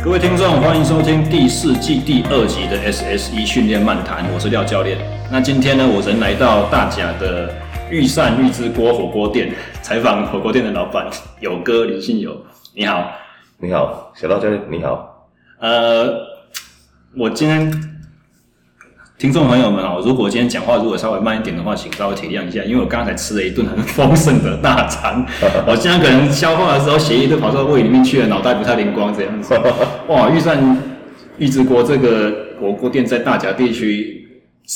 各位听众，欢迎收听第4季第2集的 SSE 训练漫谈，我是廖教练。那今天呢，我人来到大甲的御膳玉之锅火锅店，采访火锅店的老板友哥林信友。你好。 你好，小廖教练，你好。 我今天听众朋友们如果今天讲话如果稍微慢一点的话，请稍微体谅一下，因为我刚才吃了一顿很丰盛的大餐，我现在可能消化的时候血液都跑到胃里面去了，脑袋不太灵光这样子。哇，御膳玉之锅这个火锅店在大甲地区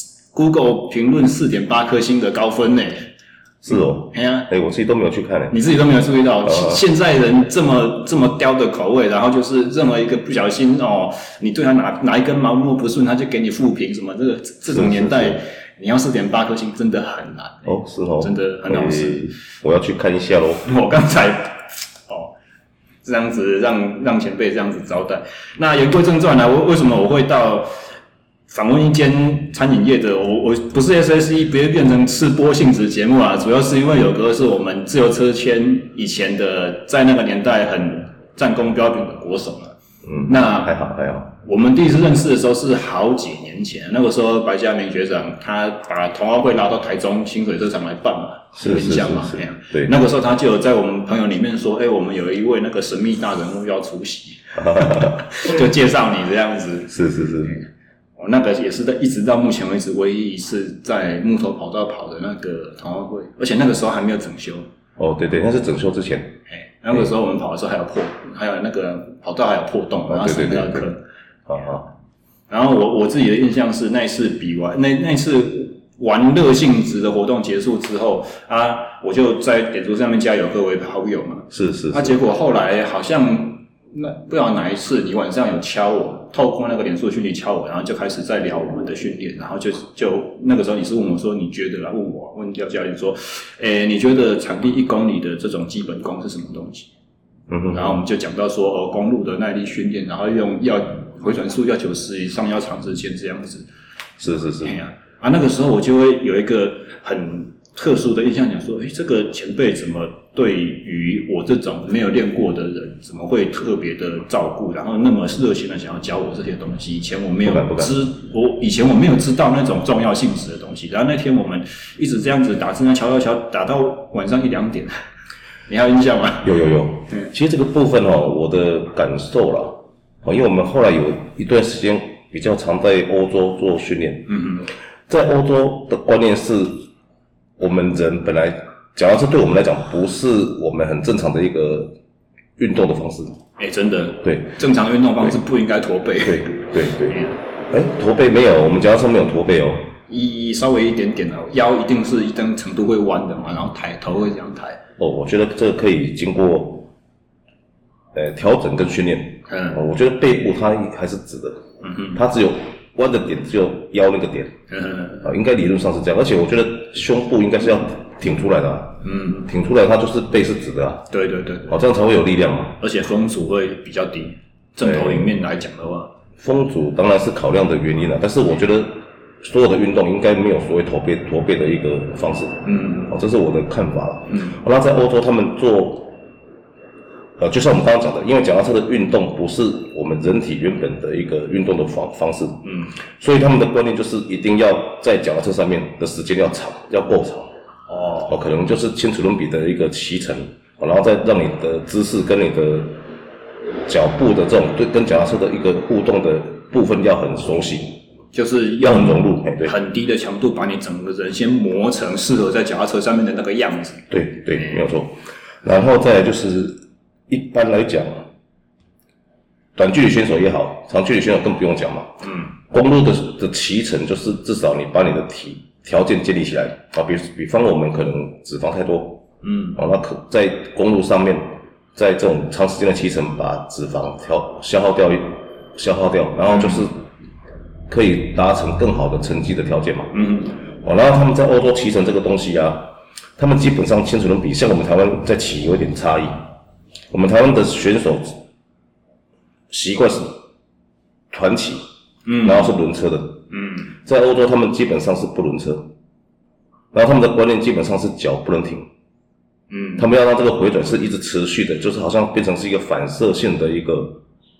Google 评论 4.8 颗星的高分呢。 是哦，我自己都没有去看嘞。 你自己都没有注意到，现在人这么刁的口味，然后就是任何一个不小心你对他哪一根毛摸不顺，他就给你负评什么，这种年代，你要 4.8 颗星真的很难。 是哦， 真的很好吃。 我要去看一下咯。 我刚才这样子让前辈这样子招待。那言归正传啦，为什么我会到访问一间餐饮业的，我不是 SSE， 不会变成吃播性质节目啦，主要是因为友哥是我们自由车圈以前的，在那个年代很战功彪炳的国手了。那还好。 我们第一次认识的时候是好几年前，那个时候白嘉明学长他把同奥会拉到台中清水车场来办嘛，有印象嘛？ 对， 那个时候他就有在我们朋友里面说，我们有一位那个神秘大人物要出席，就介绍你这样子。 是。 那个也是一直到目前为止唯一一次在木头跑道跑的那个同奥会，而且那个时候还没有整修。 对，那是整修之前。 那个时候我们跑的时候还有那个跑道还有破洞，然后是那个坑。然后我自己的印象是那一次比完那次玩乐性质的活动结束之后我就在脸书上面加友哥为好友嘛。 是。 结果后来好像不知道哪一次你晚上有敲我，透过那个脸书的讯息敲我，然后就开始在聊我们的训练，然后就那个时候你是问我说你觉得问廖教练说你觉得场地1公里的这种基本功是什么东西？然后我们就讲到说公路的耐力训练，然后要回转数要90以上，要长时间这样子。 是。 那个时候我就会有一个很特殊的印象，讲说这个前辈怎么对于我这种没有练过的人怎么会特别的照顾，然后那么热情的想要教我这些东西。以前我没有知道那种重要性质的东西，然后那天我们一直这样子打针敲打到晚上1-2点，你还有印象吗？ 有。其实这个部分我的感受啦，因为我们后来有一段时间比较常在欧洲做训练。在欧洲的观念是，我们人本来脚踏车对我们来讲不是我们很正常的一个运动的方式。真的。对， 正常运动方式不应该驼背。 对。驼背没有，我们脚踏车没有驼背稍微一点点腰一定程度会弯的嘛，然后头会这样抬。 我觉得这个可以经过调整跟训练。我觉得背部它还是直的。它只有弯的点只有腰那个点。应该理论上是这样，而且我觉得胸部应该是要挺出来的。挺出来它就是背是直的。对。这样才会有力量嘛。 而且风阻会比较低，正头迎面来讲的话， 风阻当然是考量的原因但是我觉得所有的运动应该没有所谓驼背的一个方式。这是我的看法啦。那在欧洲他们做就像我们刚刚讲的，因为脚踏车的运动不是我们人体原本的一个运动的方式。所以他们的观念就是一定要在脚踏车上面的时间要长，要够长。可能就是千齿轮比的一个骑乘，然后再让你的姿势跟你的脚步的这种跟脚踏车的一个互动的部分要很熟悉， 就是要很融入。 很低的强度把你整个人先磨成适合在脚踏车上面的那个样子。 对，没有错。然后再来就是一般来讲，短距离选手也好，长距离选手更不用讲嘛。公路的骑乘就是至少你把你的条件建立起来比方我们可能脂肪太多。那在公路上面，在这种长时间的骑乘把脂肪消耗掉，然后就是可以达成更好的成绩的条件嘛。然后他们在欧洲骑乘这个东西他们基本上千齿轮比像我们台湾在骑有一点差异。我们台湾的选手习惯是团骑，然后是轮车的。在欧洲他们基本上是不轮车，然后他们的观念基本上是脚不能停。他们要让这个回转是一直持续的，就是好像变成是一个反射性的一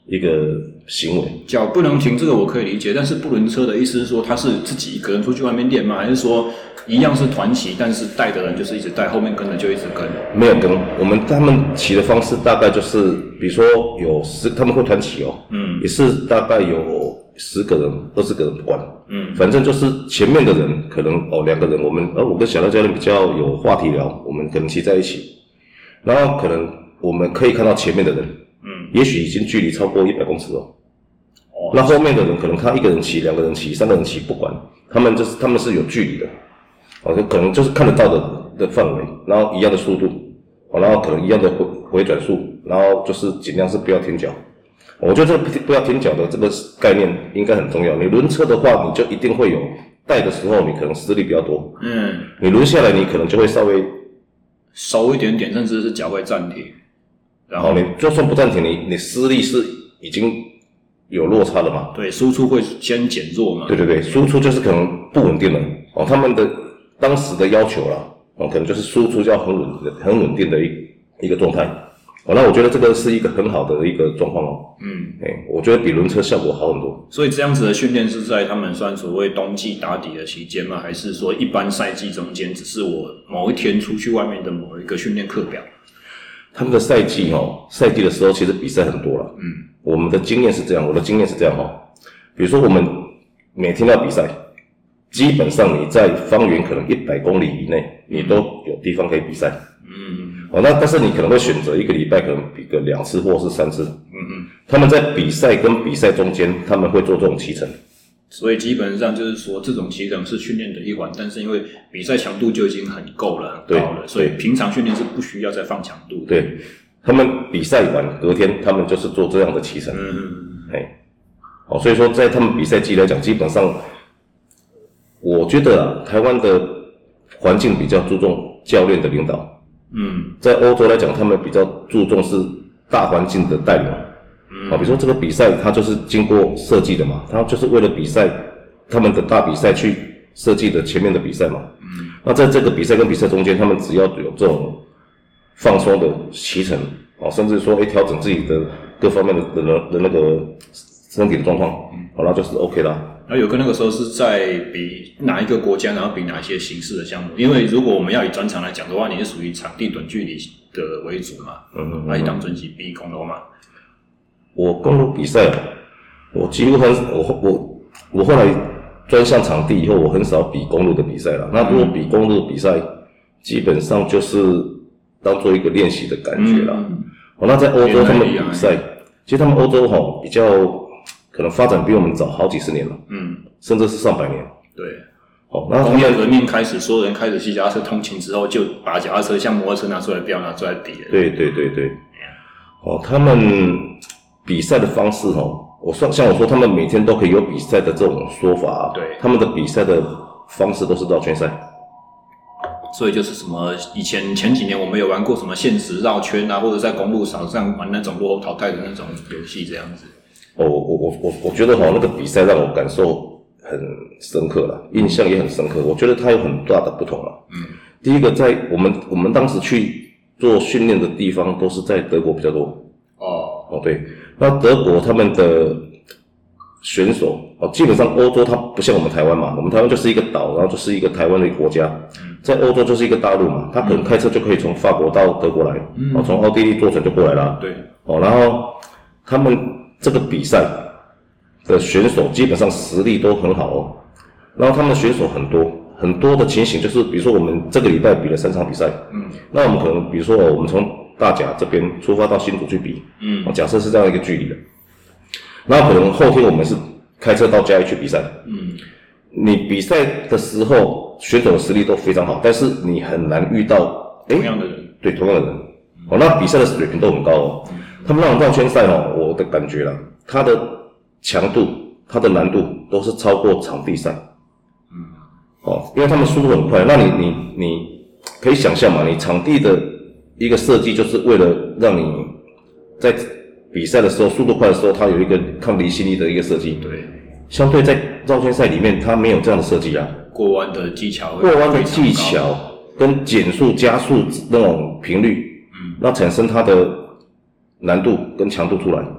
一个行为。 脚不能停，这个我可以理解，但是不轮车的意思是说他是自己一个人出去外面练吗？还是说一样是团骑，但是带的人就是一直带，后面跟的就一直跟？ 没有跟，他们骑的方式大概就是，比如说他们会团骑哦，也是大概有10个人、20个人不管，反正就是前面的人可能2个人，我跟小廖教练比较有话题聊，我们可能骑在一起，然后可能我们可以看到前面的人，也许已经距离超过100公尺哦。那后面的人可能他1个人骑、2个人骑、3个人骑，不管，他们是有距离的，可能就是看得到的范围，然后一样的速度，然后可能一样的回转数，然后就是尽量是不要停脚。我觉得这个不要停脚的这个概念应该很重要。你轮车的话，你就一定会有带的时候，你可能施力比较多，你轮下来，你可能就会稍微熟一点点，甚至是脚会暂停。然后你就算不暂停，你施力是已经有落差了嘛？ 对，输出会先减弱嘛？ 对，输出就是可能不稳定了他们的当时的要求啦可能就是输出就要很稳定的一个状态那我觉得这个是一个很好的一个状况我觉得比轮车效果好很多。 所以这样子的训练是在他们算所谓冬季打底的期间吗？还是说一般赛季中间，只是我某一天出去外面的某一个训练课表？ 他们的赛季的时候其实比赛很多了我们的经验是这样，我的经验是这样比如说我们每天要比赛，基本上你在方圆可能100公里以内，你都有地方可以比赛那但是你可能会选择一个礼拜可能比个2次或是3次他们在比赛跟比赛中间他们会做这种骑乘， 所以基本上就是说这种骑乘是训练的一环，但是因为比赛强度就已经很够了很高了，所以平常训练是不需要再放强度的。 对，他们比赛完隔天他们就是做这样的骑乘所以说在他们比赛季来讲，基本上我觉得台湾的环境比较注重教练的领导在欧洲来讲，他们比较注重是大环境的带领比如说这个比赛它就是经过设计的嘛，它就是为了比赛他们的大比赛去设计的前面的比赛嘛那在这个比赛跟比赛中间，他们只要有这种放松的骑乘甚至说调整自己的各方面的那个身体的状况那就是 OK 啦。 然后有个那个时候是在比哪一个国家，然后比哪一些形式的项目？因为如果我们要以专长来讲的话，你是属于场地短距离的为主嘛？你当准是比公路嘛？ 我公路比赛，我几乎我后来专项场地以后，我很少比公路的比赛了。那如果比公路的比赛，基本上就是当做一个练习的感觉啦。那在欧洲他们比赛，其实他们欧洲比较可能发展比我们早好几十年了，甚至是上百年。 对， 那工业革命开始，所有人开始骑脚踏车通勤之后，就把脚踏车像摩托车拿出来标，拿出来比了。 对，他们比赛的方式像我说，他们每天都可以有比赛的这种说法对， 他们的比赛的方式都是绕圈赛。 所以就是什么以前几年我们有玩过什么限时绕圈啊，或者在公路上玩那种落后淘汰的那种游戏这样子。 我觉得那个比赛让我感受很深刻啦，印象也很深刻。我觉得它有很大的不同啦。第一个在我们当时去做训练的地方都是在德国比较多。对，那德国他们的选手基本上欧洲它不像我们台湾嘛，我们台湾就是一个岛，然后就是一个台湾的国家，在欧洲就是一个大陆嘛，他可能开车就可以从法国到德国来，从奥地利坐船就过来啦。 对， 然后他们这个比赛的选手基本上实力都很好然后他们的选手很多的情形就是，比如说我们这个礼拜比了3场比赛，那我们可能比如说我们从大甲这边出发到新竹去比，假设是这样一个距离的，那可能后天我们是开车到嘉义去比赛，你比赛的时候选手的实力都非常好，但是你很难遇到同样的人， 对，同样的人，那比赛的水平都很高他们那种绕圈赛我的感觉啦，它的强度、它的难度都是超过场地赛，因为他们速度很快，那你可以想象嘛，你场地的一个设计就是为了让你在比赛的时候速度快的时候，它有一个抗离心力的一个设计。 对， 相对在绕圈赛里面，它没有这样的设计过弯的技巧跟减速、加速那种频率，那产生它的难度跟强度出来。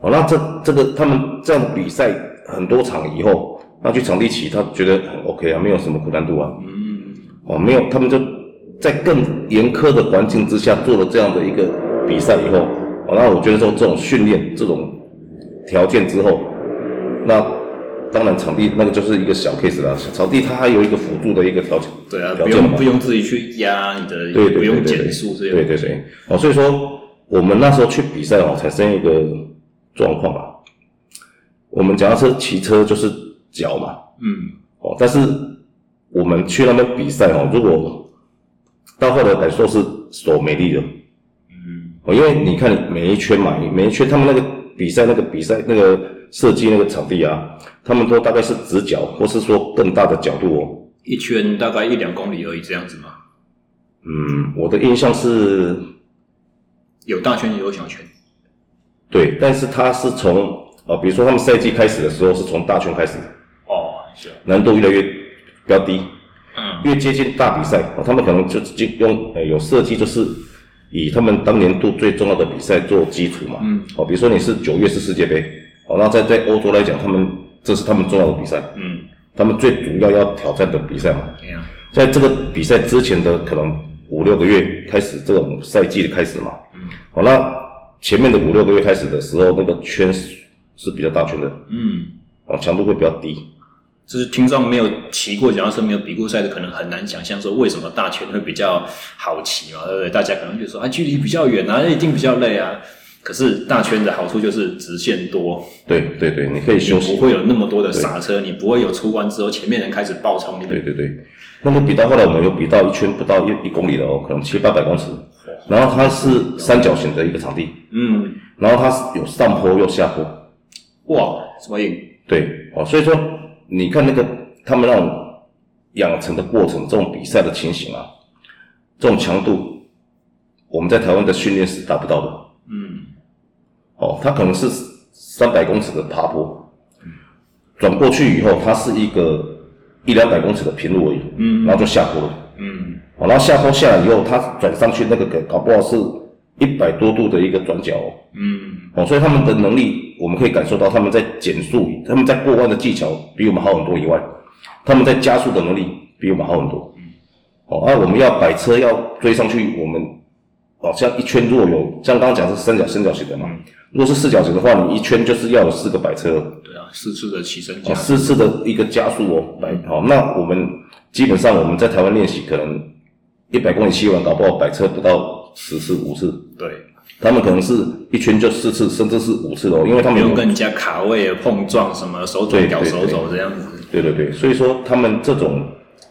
那这个他们这样的比赛很多场以后，那去场地骑，他觉得很 OK 啊，没有什么困难度啊。没有，他们就在更严苛的环境之下做了这样的一个比赛以后，那我觉得说这种训练、这种条件之后，那当然场地那个就是一个小 case 啦。场地它还有一个辅助的一个条件， 对啊， 条件不用自己去压你的， 对， 不用减速这些。 对。所以说我们那时候去比赛产生一个状况啊，我们脚踏车骑车就是脚嘛，但是我们去那边比赛如果到后来来说是手没力的，因为你看每一圈嘛，每一圈他们那个比赛那个设计那个场地啊，他们都大概是直角或是说更大的角度哦， 一圈大概1-2公里而已这样子吗？ 我的印象是有大圈也有小圈。 对，但是它是从比如说他们赛季开始的时候是从大圈开始， 是难度越来越比较低，越接近大比赛，他们可能就用有设计就是以他们当年度最重要的比赛做基础嘛，比如说你是9月是世界杯，那在欧洲来讲，这是他们重要的比赛，他们最主要挑战的比赛嘛，在这个比赛之前的可能5-6个月开始这种赛季的开始嘛，那前面的5-6个月开始的时候，那个圈是比较大圈的，强度会比较低。 就是听众没有骑过脚踏车、没有比过赛的，可能很难想象说为什么大圈会比较好骑嘛，对不对？大家可能就说距离比较远啊，一定比较累啊。可是大圈的好处就是直线多， 对，你可以休息， 你不会有那么多的刹车，你不会有出弯之后前面人开始爆冲。 对。那么比到后来，我们有比到一圈不到1公里的可能700-800公尺，然后它是三角形的一个场地，然后它是有上坡又下坡， 哇，什么硬？ 对，所以说你看那个他们那种养成的过程，这种比赛的情形啊，这种强度，我们在台湾的训练是达不到的。它可能是300公尺的爬坡，转过去以后，它是一个100-200公尺的平路而已，然后就下坡了。然后下坡下来以后，它转上去那个搞不好是100多度的一个转角所以他们的能力，我们可以感受到他们在减速，他们在过弯的技巧比我们好很多以外，他们在加速的能力比我们好很多。我们要摆车要追上去，我们像一圈如果有像刚刚讲是三角形的嘛，如果是4角形的话，你一圈就是要有4个摆车。 对啊，4次的起升加速，4次的一个加速那我们基本上我们在台湾练习，可能100公里骑完，搞不好摆车不到10次5次。 对， 他们可能是一圈就4次，甚至是5次因为他们不用跟人家卡位碰撞什么手转搞手肘这样子。 对，所以说他们这种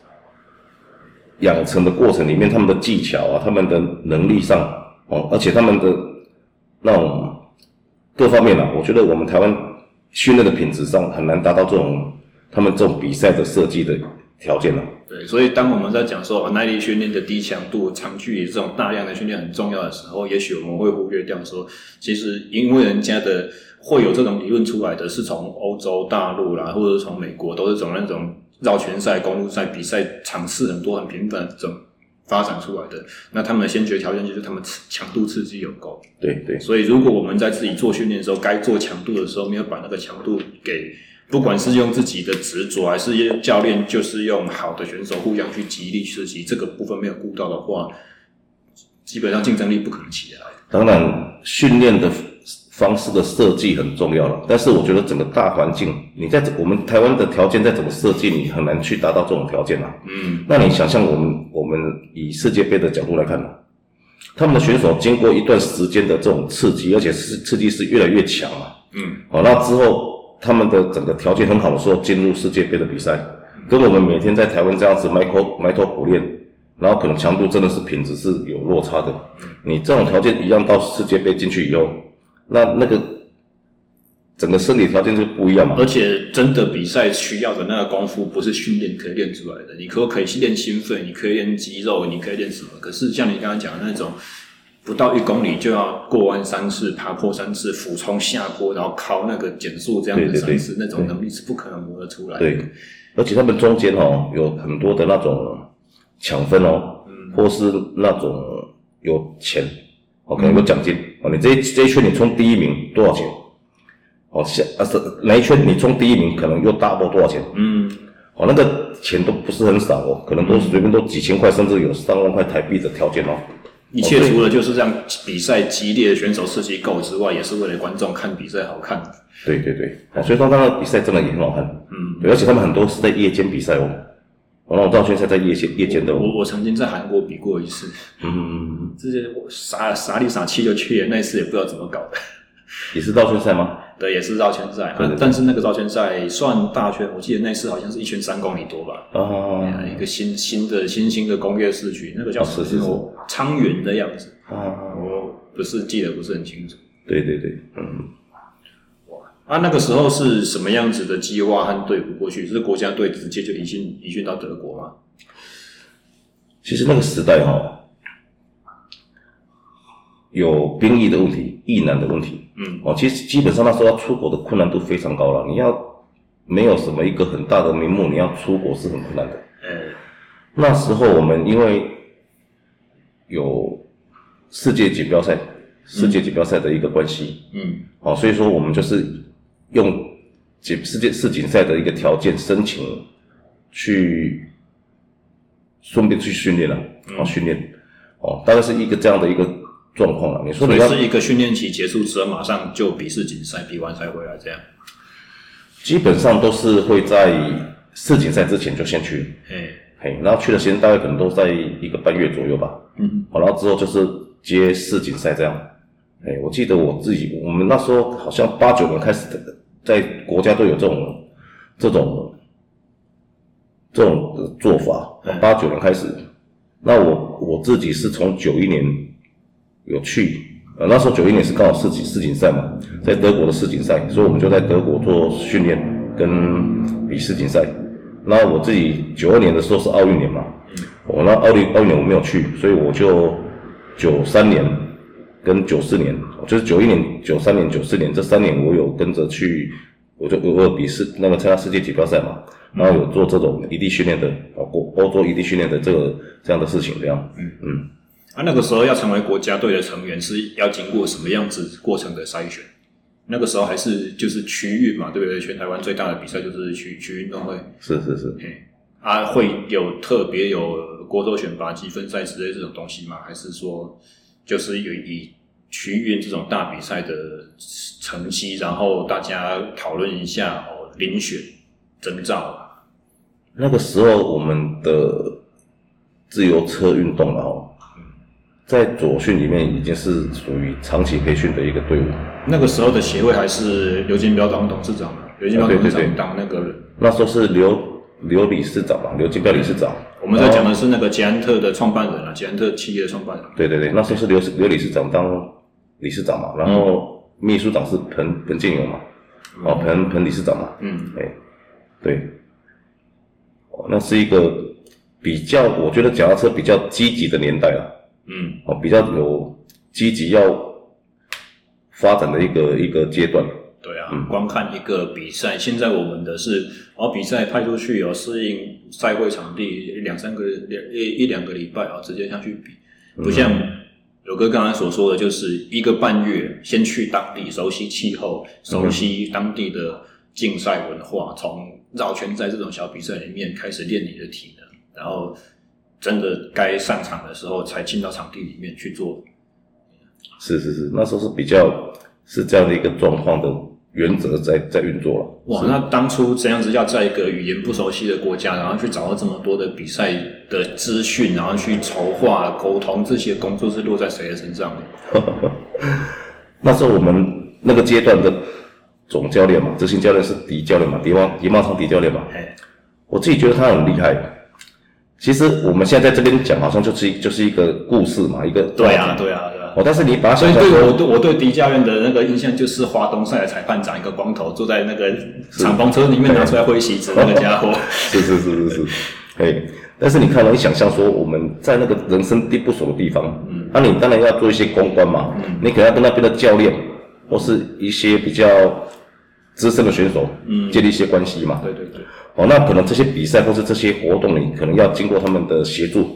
养成的过程里面，他们的技巧啊，他们的能力上而且他们的那种各方面我觉得我们台湾训练的品质上很难达到他们这种比赛的设计的条件对，所以当我们在讲说耐力训练的低强度、长距离这种大量的训练很重要的时候，也许我们会忽略掉说，其实因为人家的会有这种理论出来的是从欧洲大陆啦，或者是从美国，都是从那种绕圈赛、公路赛比赛场次很多、很频繁这种发展出来的。那他们的先决条件就是他们强度刺激有够。 对， 所以如果我们在自己做训练的时候，该做强度的时候，没有把那个强度给，不管是用自己的执着，还是教练就是用好的选手互相去极力刺激，这个部分没有顾到的话，基本上竞争力不可能起来。 当然，训练的方式的设计很重要了，但是我觉得整个大环境，你在我们台湾的条件再怎么设计，你很难去达到这种条件那你想象我们以世界杯的角度来看他们的选手经过一段时间的这种刺激，而且刺激是越来越强那之后他们的整个条件很好的时候进入世界杯的比赛，跟我们每天在台湾这样子埋头苦练，然后可能强度真的是品质是有落差的。你这种条件一样到世界杯进去以后，那个整个身体条件就不一样嘛。 而且真的比赛需要的那个功夫不是训练可以练出来的，你可以练心肺，你可以练肌肉，你可以练什么，可是像你刚刚讲的那种不到1公里就要过弯3次、爬坡3次、俯冲下坡，然后靠那个减速这样子3次，那种能力是不可能磨得出来的。 对，而且他们中间有很多的那种抢分或是那种有钱可能有奖金你这一圈你冲第1名多少钱？ 哪一圈你冲第1名可能又 double 多少钱？那个钱都不是很少哦，可能都随便都几千块，甚至有3万块台币的条件哦。 一切除了就是让比赛激烈的选手士气够之外，也是为了观众看比赛好看。 对，所以说那个比赛真的也很好看。对，而且他们很多是在夜间比赛哦。那种绕圈赛在夜间的哦。 我曾经在韩国比过一次。这些我傻里傻气就去了，那一次也不知道怎么搞的。 也是绕圈赛吗？ 对，也是绕圈赛。但是那个绕圈赛算大圈，我记得那次好像是1圈3公里多吧。一个新兴的工业市区，那个叫什么？昌原的样子。我不是记得不是很清楚。 对。 那个时候是什么样子的计划和队伍过去？是国家队直接就移训到德国吗？ 其实那个时代有兵役的问题，役男的问题。其实基本上那时候要出国的困难度非常高了。你要没有什么一个很大的名目，你要出国是很困难的。那时候我们因为有世界锦标赛的一个关系，所以说我们就是用世锦赛的一个条件申请去顺便去训练训练大概是一个这样的一个状况了。你说所以是一个训练期结束之后马上就比世锦赛，比完才回来这样？ 基本上都是会在世锦赛之前就先去，然后去的时间大概可能都在1个半月左右吧。然后之后就是接世锦赛这样。我记得我们那时候好像89年开始在国家都有这种做法。89年开始，那我自己是从91年有去，那时候91年是刚好世锦赛嘛，在德国的世锦赛，所以我们就在德国做训练跟比世锦赛。那我自己92年的时候是奥运年嘛，那奥运年我没有去，所以我就93年跟94年，就是91年、93年、94年这3年我有跟着去，我有比参加世界锦标赛嘛，然后有做这种异地训练的，欧洲异地训练的这样的事情这样。 那个时候要成为国家队的成员是要经过什么样子过程的筛选？那个时候还是就是区运嘛，对不对？全台湾最大的比赛就是区运动会。是。会特别有国手选拔积分赛之类这种东西吗？还是说就是以区运这种大比赛的成绩，然后大家讨论一下遴选征召？ 那个时候我们的自由车运动了在左训里面已经是属于长期培训的一个队伍。 那个时候的协会还是刘金彪当董事长嘛？刘金彪董事长当那个那时候是刘理事长嘛，刘金彪理事长。 我们在讲的是那个捷安特的创办人捷安特企业的创办人。 对，那时候是刘理事长当理事长嘛，然后秘书长是彭建勇嘛，彭理事长嘛。对，那是一个比较，我觉得脚踏车比较积极的年代了。比较有积极要发展的一个阶段。 对啊，光看一个比赛，现在我们的是比赛派出去适应赛会场地1-2个礼拜直接下去比，不像有哥刚才所说的，就是1个半月先去当地熟悉气候，熟悉当地的竞赛文化，从绕圈赛这种小比赛里面开始练你的体能，然后真的该上场的时候才进到场地里面去做。 是，那时候是比较是这样的一个状况的原则在运作了。 哇，那当初这样子要在一个语言不熟悉的国家，然后去掌握这么多的比赛的资讯，然后去筹划沟通，这些工作是落在谁的身上呢？ 那时候我们那个阶段的总教练嘛，执行教练是狄教练嘛，狄茂昌狄教练嘛。我自己觉得他很厉害。其实我们现在在这边讲，好像就是一个故事嘛，一个对啊。 但是你把它想象，所以我对狄教练的那个印象就是华东赛的裁判长，一个光头坐在那个敞篷车里面拿出来挥旗子那个家伙。 是。但是你看你想象说我们在那个人生地不熟的地方，你当然要做一些公关嘛，你可能要跟那边的教练或是一些比较资深的选手建立一些关系嘛。 对。 那可能这些比赛或是这些活动，你可能要经过他们的协助，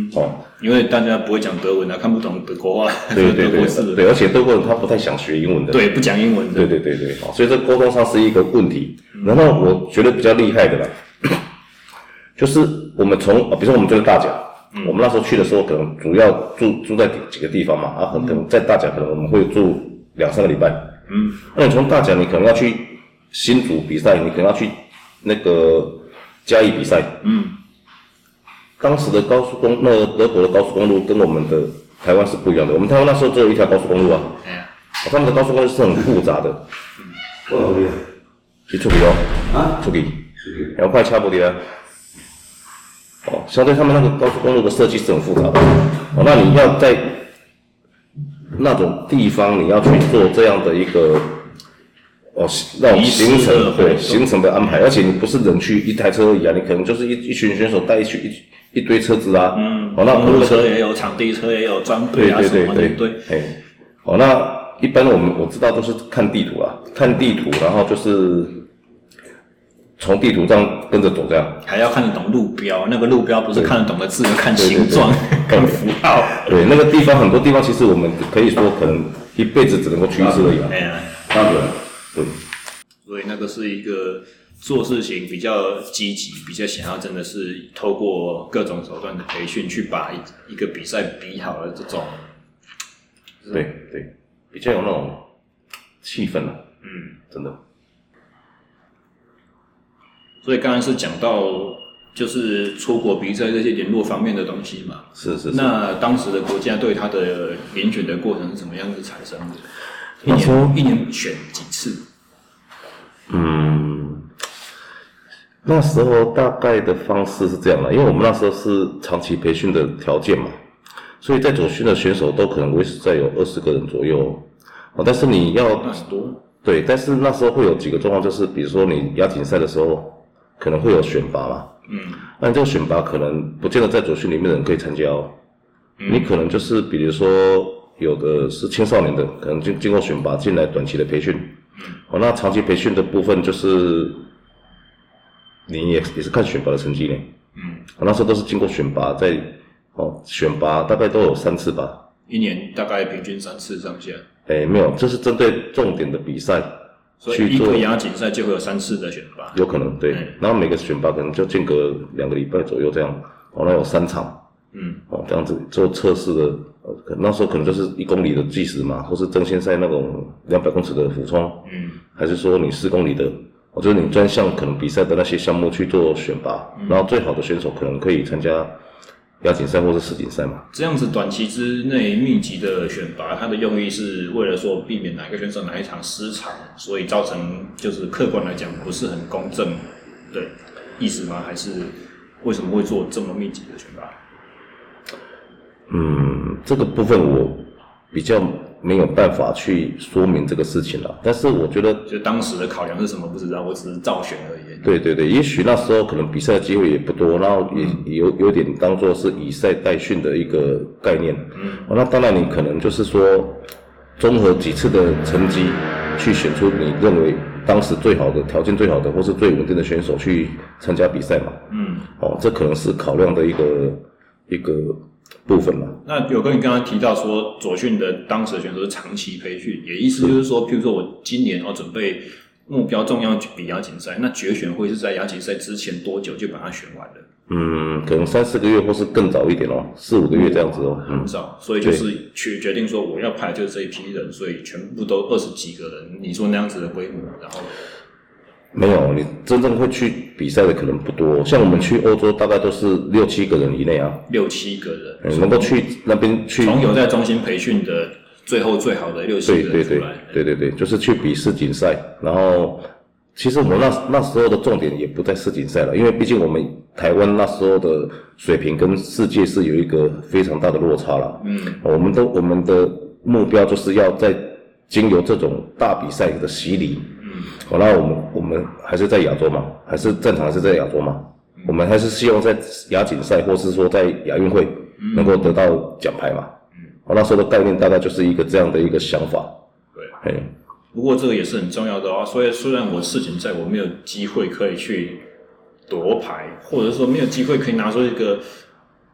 因为大家不会讲德文啊，看不懂德国话， 对德国式的， 对，而且德国人他不太想学英文的， 对，不讲英文的， 对，所以这沟通上是一个问题。然后我觉得比较厉害的啦，就是我们从比如说我们这个大甲，我们那时候去的时候，可能主要住在几个地方嘛，可能在大甲可能我们会住2-3个礼拜，那你从大甲你可能要去新竹比赛，你可能要去那个嘉义比赛，当时的高速公那德国的高速公路跟我们的台湾是不一样的，我们台湾那时候只有一条高速公路啊，他们的高速公路是很复杂的，去处理哦，处理，然后快差不多啊。相对他们那个高速公路的设计是很复杂的，那你要在那种地方你要去做这样的一个那种行程的安排，而且你不是人去一台车而已啊，你可能就是一群选手带一堆车子啊， 那公路车也有，场地车也有，装备啊什么的，对， 那一般我知道都是看地图啊，然后就是从地图上跟着走这样， 还要看得懂路标，那个路标不是看得懂的字，要看形状、看符号。 对，那个地方很多地方其实我们可以说可能一辈子只能够去一次而已啊。对。 所以那个是一个做事情比较积极，比较想要真的是透过各种手段的培训，去把一个比赛比好的这种。 对，比较有那种气氛啊。真的。 所以刚才是讲到就是出国比赛这些联络方面的东西嘛。 是。 那当时的国家对他的遴选的过程是怎么样子产生的？一年选几次？ 那时候大概的方式是这样的，因为我们那时候是长期培训的条件嘛，所以在左训的选手都可能维持在有20个人左右。但是你要很多。对， 但是那时候会有几个状况，就是比如说你亚锦赛的时候可能会有选拔嘛，那你这个选拔可能不见得在左训里面的人可以参加哦，你可能就是比如说有的是青少年的，可能经过选拔进来短期的培训，那长期培训的部分就是你也是看选拔的成绩呢，那时候都是经过选拔选拔大概都有3次吧， 一年大概平均3次上下。 没有，这是针对重点的比赛。 所以一个亚锦赛就会有3次的选拔， 有可能对，然后每个选拔可能就间隔2个礼拜左右这样，那有3场，这样子做测试的，那时候可能就是1公里的计时嘛，或是争先赛那种200公尺的俯冲，还是说你4公里的，就是你专项可能比赛的那些项目去做选拔，然后最好的选手可能可以参加亚锦赛或是世锦赛嘛。 这样子短期之内密集的选拔，它的用意是为了说避免哪一个选手哪一场失常，所以造成就是客观来讲不是很公正的意思吗？还是为什么会做这么密集的选拔？ 这个部分我比较没有办法去说明这个事情了，但是我觉得就当时的考量是什么不知道，我只是照选而已。 对，也许那时候可能比赛的机会也不多，然后也有点当作是以赛代训的一个概念。那当然你可能就是说综合几次的成绩去选出你认为当时最好的条件最好的或是最稳定的选手去参加比赛嘛。这可能是考量的一个部分嘛。 那有跟你刚刚提到说左训的当时的选手是长期培训，也意思就是说，譬如说我今年准备目标重要比亚锦赛，那决选会是在亚锦赛之前多久就把它选完了？ 可能3-4个月或是更早一点4-5个月这样子很早，所以就是去决定说我要派就是这一批人，所以全部都20几个人，你说那样子的规模，然后没有，你真正会去比赛的可能不多，像我们去欧洲大概都是6-7个人以内啊 ，6-7个人， 能够去那边去从有在中心培训的最后最好的6-7个人出来， 对，就是去比世锦赛，然后其实我们那时候的重点也不在世锦赛了，因为毕竟我们台湾那时候的水平跟世界是有一个非常大的落差了，我们的目标就是要在经由这种大比赛的洗礼。那我们还是在亚洲嘛，还是战场还是在亚洲嘛，我们还是希望在亚锦赛或是说在亚运会能够得到奖牌嘛。那时候的概念大概就是一个这样的一个想法。 对，不过这个也是很重要的所以虽然我世锦赛我没有机会可以去夺牌，或者说没有机会可以拿出一个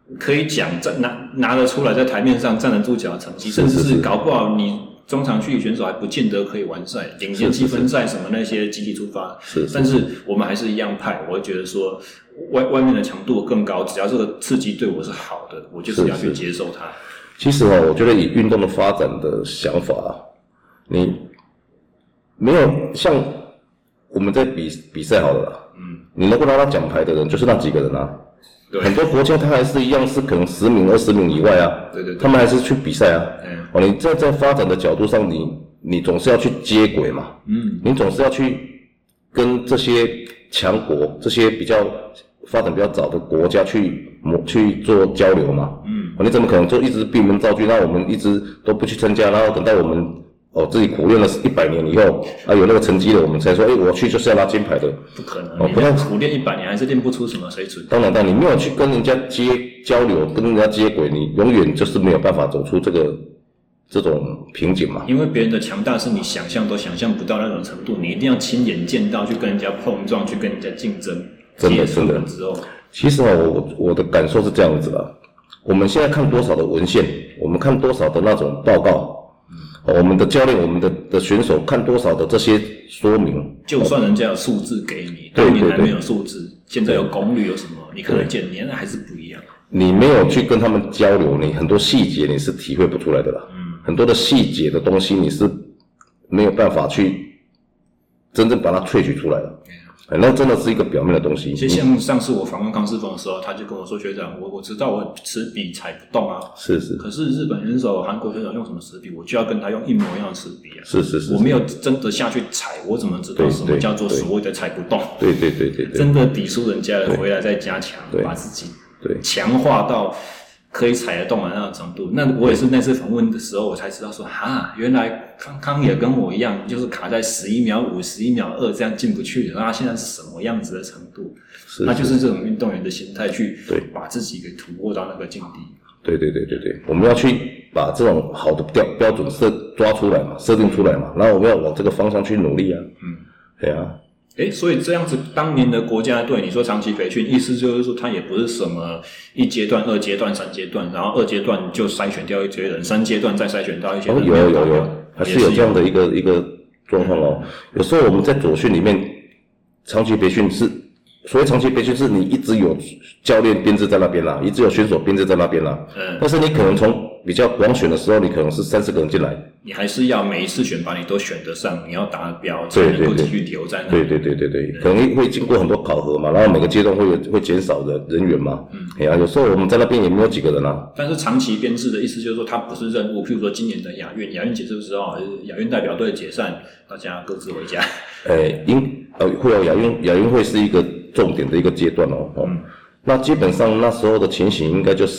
可以讲拿得出来在台面上站得住脚的成绩，甚至是搞不好你中长距离选手还不见得可以完赛，领先积分赛什么那些集体出发，但是我们还是一样派。我会觉得说外面的强度更高，只要这个刺激对我是好的，我就是要去接受它。 其实我觉得以运动的发展的想法，你没有像我们在比赛好了啦，你能够拿到奖牌的人就是那几个人啊。很多国家他还是一样是可能10名20名以外啊，对，他们还是去比赛啊。你在发展的角度上，你总是要去接轨嘛，你总是要去跟这些强国、这些比较发展比较早的国家去做交流嘛，你怎么可能就一直闭门造车，那我们一直都不去参加，然后等到我们自己苦练了100年以后有那个成绩了，我们才说我去就是要拿金牌的。不可能， 不太苦练100年还是练不出什么水准。 当然你没有去跟人家交流，跟人家接轨，你永远就是没有办法走出这种瓶颈嘛。 因为别人的强大是你想象都想象不到那种程度，你一定要亲眼见到，去跟人家碰撞，去跟人家竞争，接触了之后。 其实我的感受是这样子啦，我们现在看多少的文献，我们看多少的那种报告。我们的教练，我们的选手看多少的这些说明， 就算人家有数字给你，当年还没有数字，现在有功率有什么，你看得见，你还是不一样。 你没有去跟他们交流，你很多细节你是体会不出来的啦。很多的细节的东西你是没有办法去真正把它萃取出来的。那真的是一个表面的东西。 就像上次我访问康世峰的时候，他就跟我说：“学长，我知道我持笔踩不动啊， 是， 可是日本选手、韩国选手用什么持笔，我就要跟他用一模一样的持笔啊。 是， 我没有真的下去踩，我怎么知道什么叫做所谓的踩不动？ 对， 真的比输人家回来再加强，把自己强化到可以踩得动的那种程度。那我也是那次访问的时候，我才知道说，原来康也跟我一样，就是卡在11秒5、11秒2这样进不去的。那他现在是什么样子的程度？那就是这种运动员的心态去把自己给突破到那个境地。对， 我们要去把这种好的标准抓出来嘛，设定出来嘛，然后我们要往这个方向去努力啊。对啊。 所以这样子，当年的国家队，你说长期培训，意思就是说，他也不是什么1阶段、2阶段、3阶段，然后2阶段就筛选掉一些人，3阶段再筛选到一些人。 有，还是有这样的一个状况哦。有时候我们在左训里面，长期培训是所谓长期培训，是你一直有教练编制在那边啦，一直有选手编制在那边啦。但是你可能从比较广选的时候，你可能是30个人进来， 你还是要每一次选拔你都选得上，你要达标才能够继续留在那。 对，可能会经过很多考核嘛，然后每个阶段会减少的人员嘛。有时候我们在那边也没有几个人啊。 但是长期编制的意思就是说，它不是任务。譬如说今年的亚运结束之后，亚运代表队解散，大家各自回家。 会有亚运会是一个重点的一个阶段哦。那基本上那时候的情形应该就是。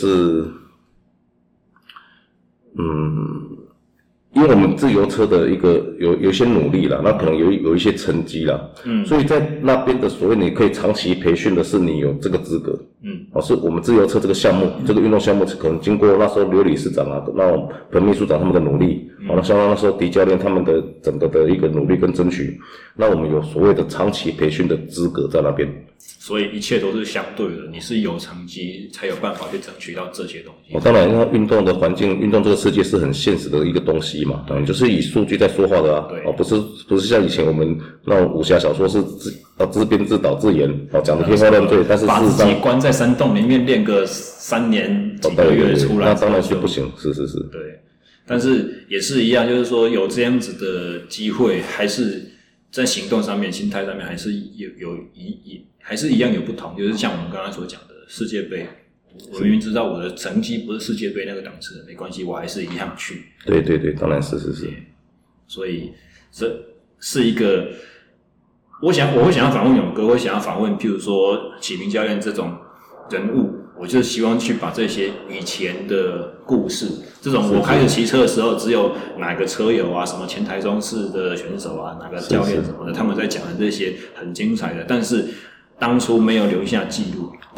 因为我们自由车的一个有一些努力啦，那可能有一些成绩啦，所以在那边的所谓你可以长期培训的是你有这个资格，是我们自由车这个项目，这个运动项目可能经过那时候刘理事长啊，那种彭秘书长他们的努力，那像那时候狄教练他们的整个的一个努力跟争取，那我们有所谓的长期培训的资格在那边。 所以一切都是相对的，你是有成绩才有办法去争取到这些东西。 当然，因为运动的环境，运动这个世界是很现实的一个东西嘛，就是以数据在说话的啊。不是像以前我们那种武侠小说是自编自导自演，讲得天花乱坠，但是事实上把自己关在山洞里面练个3年几个月出来， 那当然是不行，是。 对，但是也是一样，就是说有这样子的机会，还是在行动上面、心态上面，还是还是一样有不同。就是像我们刚才所讲的世界杯，我明明知道我的成绩不是世界杯那个档次的，没关系，我还是一样去。 对，当然是。 所以这是一个，我会想要访问勇哥，我会想要访问譬如说启明教练这种人物，我就是希望去把这些以前的故事，这种我开始骑车的时候，只有哪个车友啊，什么前台中市的选手啊，哪个教练什么的，他们在讲的这些很精彩的，但是当初没有留下记录，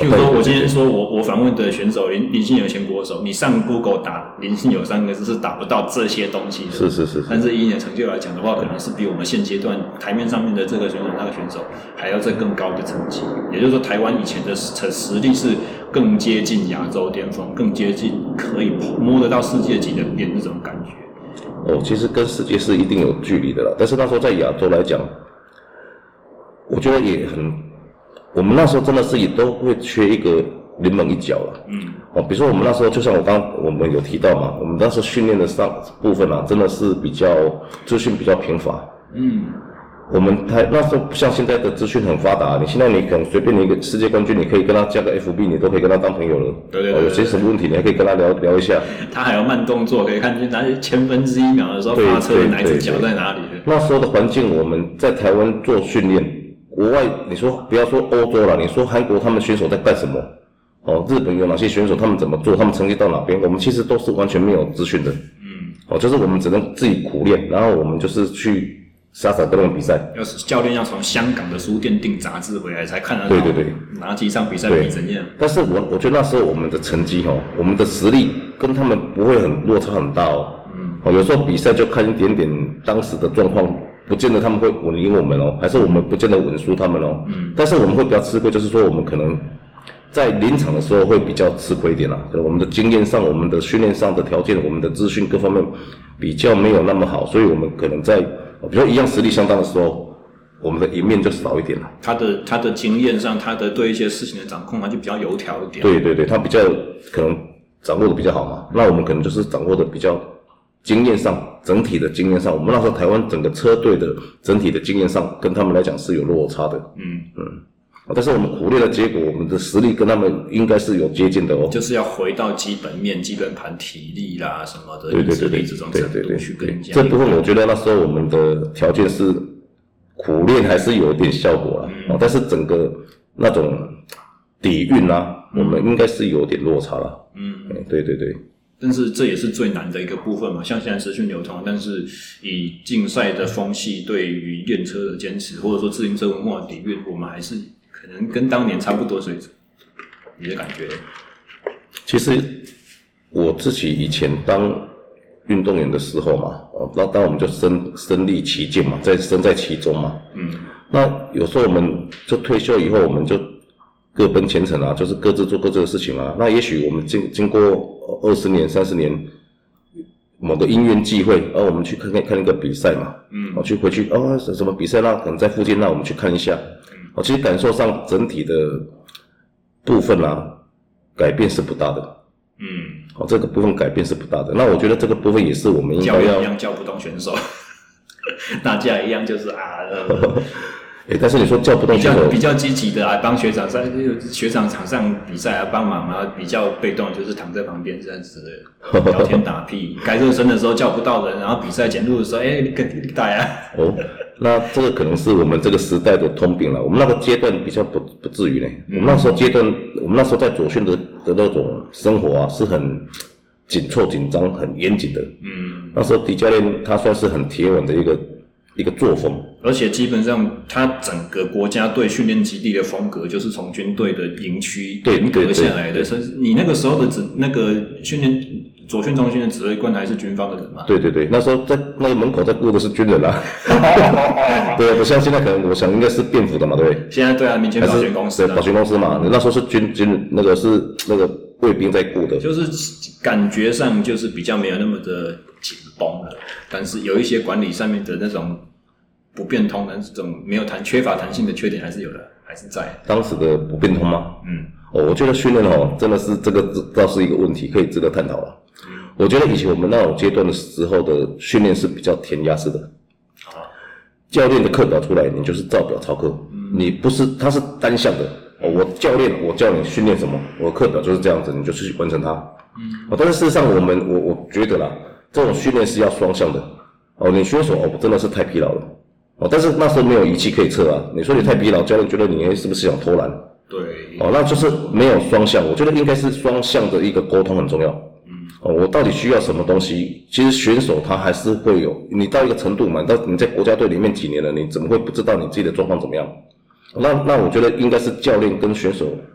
譬如说我今天说我访问的选手林信友前国手，你上 Google 打林信友3个字是打不到这些东西的。 是。 但是以你的成就来讲的话，可能是比我们现阶段台面上面的这个选手那个选手还要再更高的成绩。也就是说，台湾以前的实力是更接近亚洲巅峰，更接近可以摸得到世界级的边这种感觉。 其实跟世界是一定有距离的啦，但是那时候在亚洲来讲，我觉得也很，我们那时候真的是也都会缺一个临门一脚了。比如说我们那时候，就像我们有提到嘛，我们当时训练的部分啊，真的是比较资讯比较贫乏。我们那时候不像现在的资讯很发达，你现在你可能随便你一个世界冠军，你可以跟他加个 FB， 你都可以跟他当朋友了。 对， 有些什么问题，你还可以跟他聊一下。 他还有慢动作，可以看哪1/1000秒的时候发车的哪一只脚在哪里。 那时候的环境，我们在台湾做训练，国外你说不要说欧洲了，你说韩国他们选手在干什么？日本有哪些选手，他们怎么做，他们成绩到哪边，我们其实都是完全没有资讯的。就是我们只能自己苦练，然后我们就是去傻跟他们比赛。 教练要从香港的书店订杂志回来才看得到。 对， 哪几场比赛比怎样？ 但是我觉得那时候我们的成绩我们的实力跟他们不会落差很大有时候比赛就看一点点当时的状况，不见得他们会稳赢我们还是我们不见得稳输他们但是我们会比较吃亏，就是说我们可能在临场的时候会比较吃亏一点可能我们的经验上、我们的训练上的条件、我们的资讯各方面比较没有那么好，所以我们可能在比如说一样实力相当的时候，我们的赢面就少一点了。他的经验上，他的对一些事情的掌控，他就比较油条一点。 对，他比较可能掌握的比较好嘛。那我们可能就是掌握的比较经验上，整体的经验上，我们那时候台湾整个车队的整体的经验上，跟他们来讲是有落差的。但是我们苦练的结果，我们的实力跟他们应该是有接近的就是要回到基本面、基本盘、体力啦什么的，意志力这种程度去跟人家。 这部分我觉得那时候我们的条件是苦练还是有点效果但是整个那种底蕴我们应该是有点落差了。对。 但是这也是最难的一个部分嘛，像现在资讯流通，但是以竞赛的风气对于练车的坚持，或者说自行车文化的底蕴，我们还是可能跟当年差不多水准。你的感觉？ 其实我自己以前当运动员的时候嘛，当我们就身历其境嘛，身在其中嘛。那有时候我们就退休以后，我们就各奔前程就是各自做各自的事情那也许我们经过20年、30年，某个因缘际会，我们去看一个比赛嘛，回去什么比赛可能在附近，我们去看一下，其实感受上整体的部分改变是不大的，这个部分改变是不大的。那我觉得这个部分也是我们应该要一样叫不动选手，大家一样就是但是你说叫不动选手比较积极的帮学长场上比赛帮忙比较被动就是躺在旁边这样子的聊天打屁，该热身的时候叫不到人，然后比赛检录的时候你打那这个可能是我们这个时代的通病了。我们那个阶段比较不至于呢。我们那时候在左训的那种生活是很紧凑、紧张、很严谨的。那时候狄教练他算是很铁稳的一个作风，而且基本上他整个国家队训练基地的风格就是从军队的营区严格下来的。你那个时候的那个左训中心的指挥官还是军方的人嘛？ 对，那时候在那个门口在顾的是军人对，不像现在可能我想应该是便服的嘛，对不对？ 现在对民间保全公司， 对，保全公司嘛，那时候是军那个是那个卫兵在顾的， 就是感觉上就是比较没有那么的紧绷了，但是有一些管理上面的那种不变通的这种缺乏弹性的缺点还是有的，还是在。 当时的不变通吗？我觉得训练真的是这个倒是一个问题，可以值得探讨了。我觉得以前我们那种阶段的时候的训练是比较填鸭式的，教练的课表出来，你就是照表操课，你不是他是单向的。我教你训练什么，我的课表就是这样子，你就去完成它。但是事实上我觉得啦，这种训练是要双向的。你选手真的是太疲劳了。但是那时候没有仪器可以测你说你太疲劳，教练觉得你是不是想偷懒？ 对。 那就是没有双向，我觉得应该是双向的一个沟通很重要。我到底需要什么东西？其实选手他还是会有，你到一个程度嘛，你在国家队里面几年了，你怎么会不知道你自己的状况怎么样？那我觉得应该是教练跟选手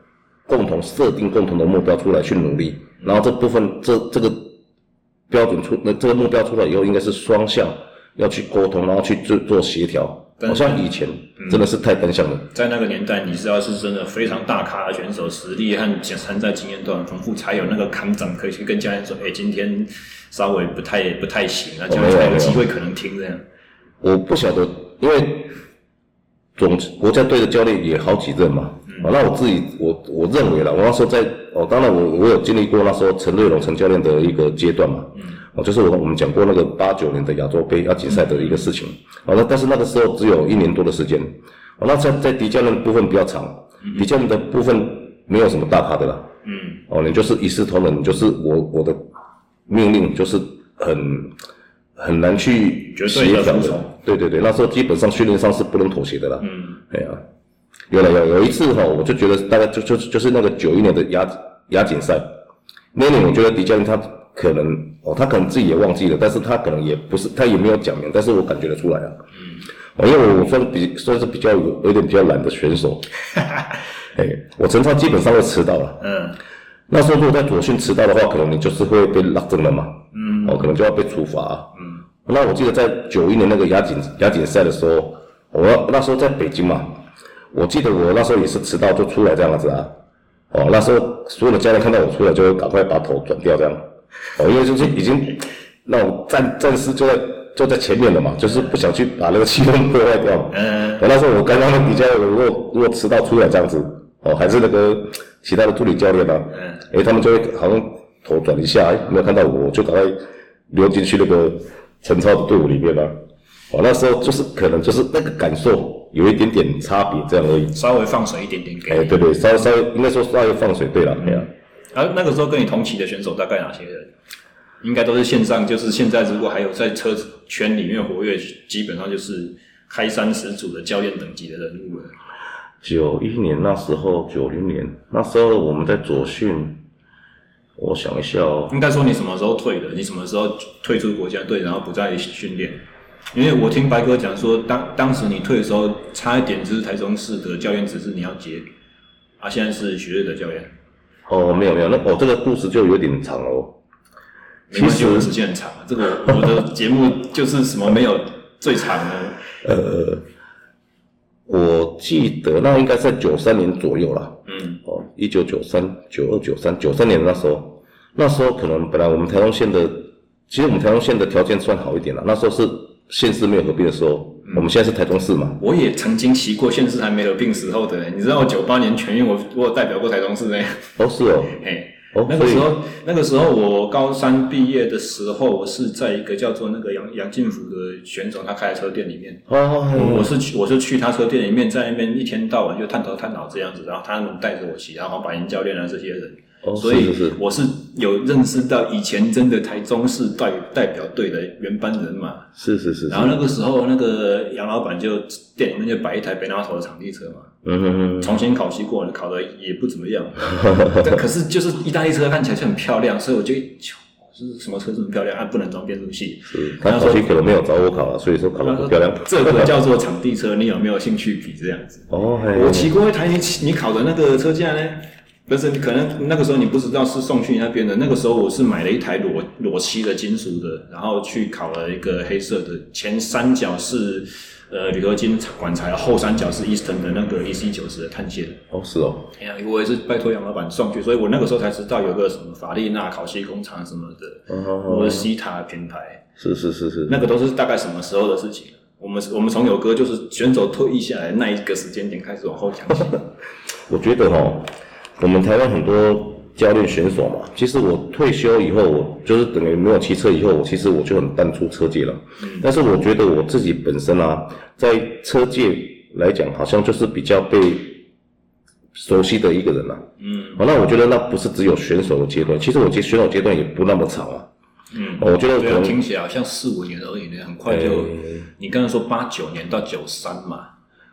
共同设定共同的目标出来去努力，然后这部分这个标准这个目标出来以后，应该是双向要去沟通，然后去做协调。好像以前真的是太单向了。 在那个年代，你知道是真的非常大咖的选手，实力和参赛经验都很丰富，才有那个坎长可以去跟教练说，今天稍微不太行啊，教练才有机会可能听这样。 我不晓得，因为国家队的教练也好几任嘛。那我认为啦，我那时候当然我有经历过那时候陈瑞龙陈教练的一个阶段嘛。就是我们讲过那个89年的亚洲杯亚锦赛的一个事情。但是那个时候只有1年多的时间。那在狄教练的部分比较长，狄教练的部分没有什么大咖的啦。你就是一视同仁，就是我的命令就是很难去协调的。对，那时候基本上训练上是不能妥协的啦。有一次我就觉得大概就是那个91年的亚锦赛，那年我觉得狄教练他可能自己也忘记了，但是他可能也不是，他也没有讲明，但是我感觉得出来啊。因为我算是比较有点比较懒的选手。我晨操基本上会迟到了。那时候如果在左训迟到的话，可能你就是会被拉正了嘛。可能就要被处罚。那我记得在91年那个亚锦赛的时候，我那时候在北京嘛，我记得我那时候也是迟到就出来这样子啊。那时候所有的教练看到我出来就会赶快把头转掉这样。因为就是已经那种战士就在前面了嘛，就是不想去把那个气氛破坏掉。那时候我刚刚比较如果迟到出来这样子，还是那个其他的助理教练啊，他们就会好像头转一下，没有看到我就赶快溜进去那个晨操的队伍里面了。那时候就是可能就是那个感受有一点点差别这样而已， 稍微放水一点点给你。 对，稍微应该说稍微放水，对了。 那个时候跟你同期的选手大概哪些人？应该都是线上，就是现在如果还有在车圈里面活跃，基本上就是开山始祖的教练等级的人物了。 91年那时候，90年那时候我们在左训，我想一下应该说你什么时候退的？你什么时候退出国家队，然后不再训练？因为我听白哥讲说，当时你退的时候，差一点就是台中市的教练指示你要接，现在是学院的教练。 没有，那这个故事就有点长哦。 其实我的时间很长这个我的节目就是什么没有最长的。 我记得那应该在93年左右啦。1993、92、93、93年的那时候可能本来我们台中县的，其实我们台中县的条件算好一点啦。那时候是县市没有合并的时候，我们现在是台中市嘛。 我也曾经骑过县市还没合并时候的，你知道我98年全运我有代表过台中市呢。 是哦。 那个时候我高三毕业的时候，我是在一个叫做那个杨进福的选手他开的车店里面。我是去他车店里面，在那边一天到晚就探头探脑这样子，然后他们带着我骑，然后黄百英教练这些人。所以我是有认识到以前真的台中市代表队的原班人马。是。然后那个时候那个杨老板就店里面就摆一台北纳头的场地车嘛。重新烤漆过，烤的也不怎么样。但可是就是意大利车看起来就很漂亮，所以我就是什么车这么漂亮不能装变速器。 他烤漆可能没有找我烤了，所以说烤得不漂亮。 这个叫做场地车，你有没有兴趣比这样子？我骑过一台你烤的那个车架呢？不是，你可能那个时候你不知道是送去那边的。那个时候我是买了一台裸漆的金属的，然后去烤了一个黑色的，前三角是铝合金管材，后三角是 Easton 的那个 EC90 的碳线。 是哦。 我也是拜托杨老板送去，所以我那个时候才知道有个什么法利纳烤漆工厂什么的，或者西塔品牌。是。那个都是大概什么时候的事情？我们从有哥就是选手退役下来那一个时间点开始往后讲起。 我觉得我们台湾很多教练选手嘛，其实我退休以后，我就是等于没有骑车以后，其实我就很淡出车界了。但是我觉得我自己本身在车界来讲，好像就是比较被熟悉的一个人啦。那我觉得那不是只有选手的阶段，其实我选手阶段也不那么长啊。我觉得可能听起来好像4-5年而已呢，很快就。你刚才说89年到93嘛。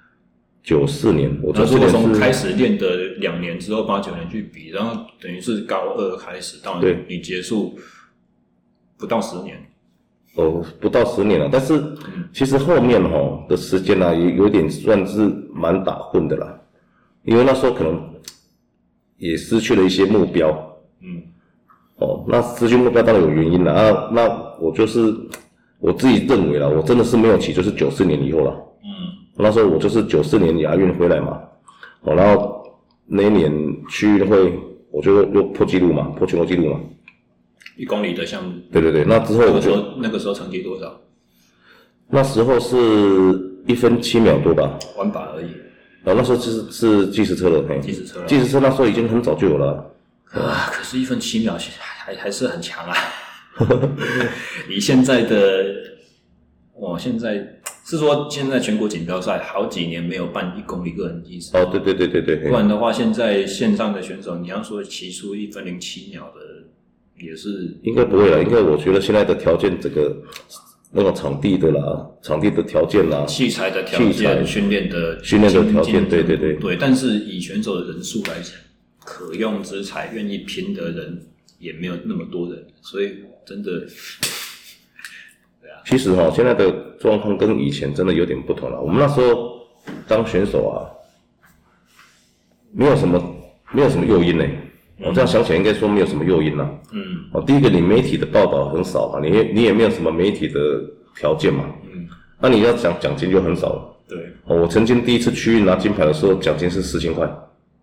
94年，我如果从开始练的2年之后89年去比，然后等于是高2开始到你结束不到10年。 不到10年了，但是其实后面的时间也有点算是蛮打混的啦，因为那时候可能也失去了一些目标。那失去目标当然有原因啦。那我就是我自己认为啦，我真的是没有骑，就是94年以后啦。那时候我就是94年亚运回来嘛，然后那一年区运会我就又破纪录嘛，破全国纪录嘛 ，1公里的项目。 对，那之后那个时候成绩多少？ 那时候是1分7秒多吧， 弯把而已。 那时候是计时车了，计时车那时候已经很早就有了。 可是1分7秒还是很强啊。以现在的，现在是说现在全国锦标赛好几年没有办1公里个人计时。 对。 不然的话，现在线上的选手，你要说骑出1分07秒的，也是应该不会啦。应该我觉得现在的条件，这个那种场地的条件啦， 器材的条件，训练的条件，对。 但是以选手的人数来讲，可用之才愿意拼的人也没有那么多人，所以真的，对啊。 其实现在的状况跟以前真的有点不同了。我们那时候当选手啊，没有什么诱因我这样想起来应该说没有什么诱因啦。第一个你媒体的报道很少嘛，你也没有什么媒体的条件嘛。那你要讲奖金就很少了。 对。 我曾经第一次区运拿金牌的时候，奖金是4000块。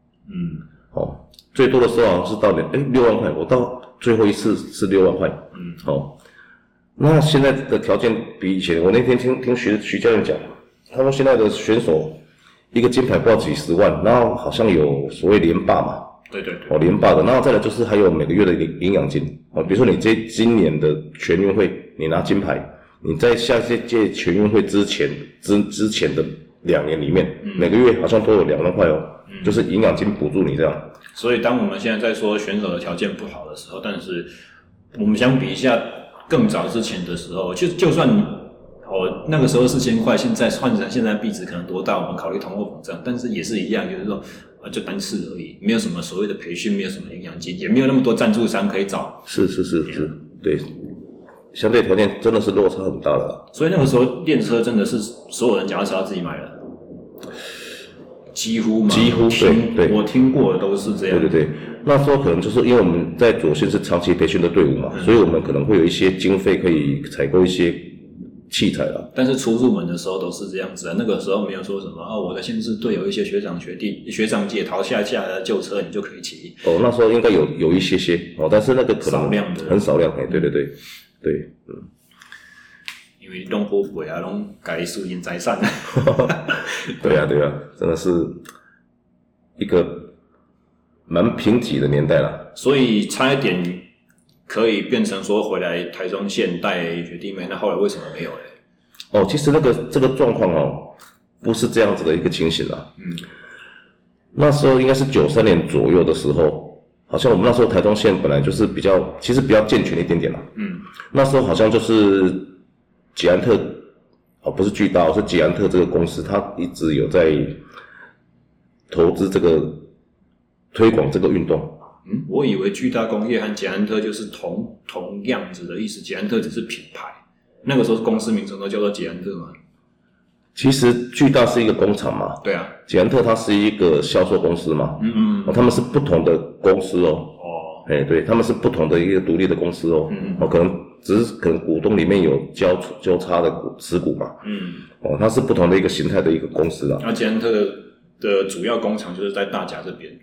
最多的时候好像是到6万块，我到最后一次是6万块。那现在的条件比以前，我那天听徐教练讲，他说现在的选手一个金牌报几十万，然后好像有所谓连霸嘛。 对。 连霸的，然后再来就是还有每个月的营养金。比如说你今年的全运会你拿金牌，你在下一届全运会之前的2年里面，每个月好像都有2万块就是营养金补助你这样。 所以当我们现在在说选手的条件不好的时候，但是我们相比一下更早之前的时候，就算那个时候4000块，现在换成现在币值可能多大，我们考虑通货膨胀，但是也是一样，就是说就单次而已，没有什么所谓的培训，没有什么营养金，也没有那么多赞助商可以找。 是，对，相对条件真的是落差很大了。 所以那个时候练车真的是所有人脚踏车要自己买的。几乎对，我听过的都是这样。 对，那时候可能就是因为我们在左线是长期培训的队伍嘛，所以我们可能会有一些经费可以采购一些器材啦。 但是初入门的时候都是这样子那个时候没有说什么我的县市队有一些学长学弟学长姐淘下来的旧车你就可以骑。 那时候应该有一些但是那个可能很少量对。 因为弄波鬼弄改输赢财产。 对啊，真的是一个蛮贫瘠的年代啦。 所以差一点可以变成说回来台中县带学弟妹，那后来为什么没有嘞？ 其实这个状况不是这样子的一个情形啦。那时候应该是93年左右的时候，好像我们那时候台中县本来就是比较健全一点点啦。那时候好像就是捷安特不是巨大，是捷安特这个公司，它一直有在投资这个推广这个运动。 我以为巨大工业和捷安特就是同样子的意思，捷安特只是品牌，那个时候公司名称都叫做捷安特嘛。 其实巨大是一个工厂嘛， 对啊， 捷安特它是一个销售公司嘛，他们是不同的公司对，他们是不同的一个独立的公司可能股东里面有交叉的持股嘛，它是不同的一个形态的一个公司啦。 那捷安特的主要工厂就是在大甲这边。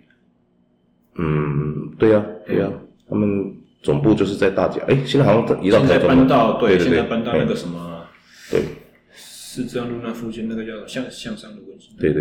对啊，他们总部就是在大甲，现在好像移到台中了。 现在搬到那个什么， 对， 是这样路那附近那个叫向上路。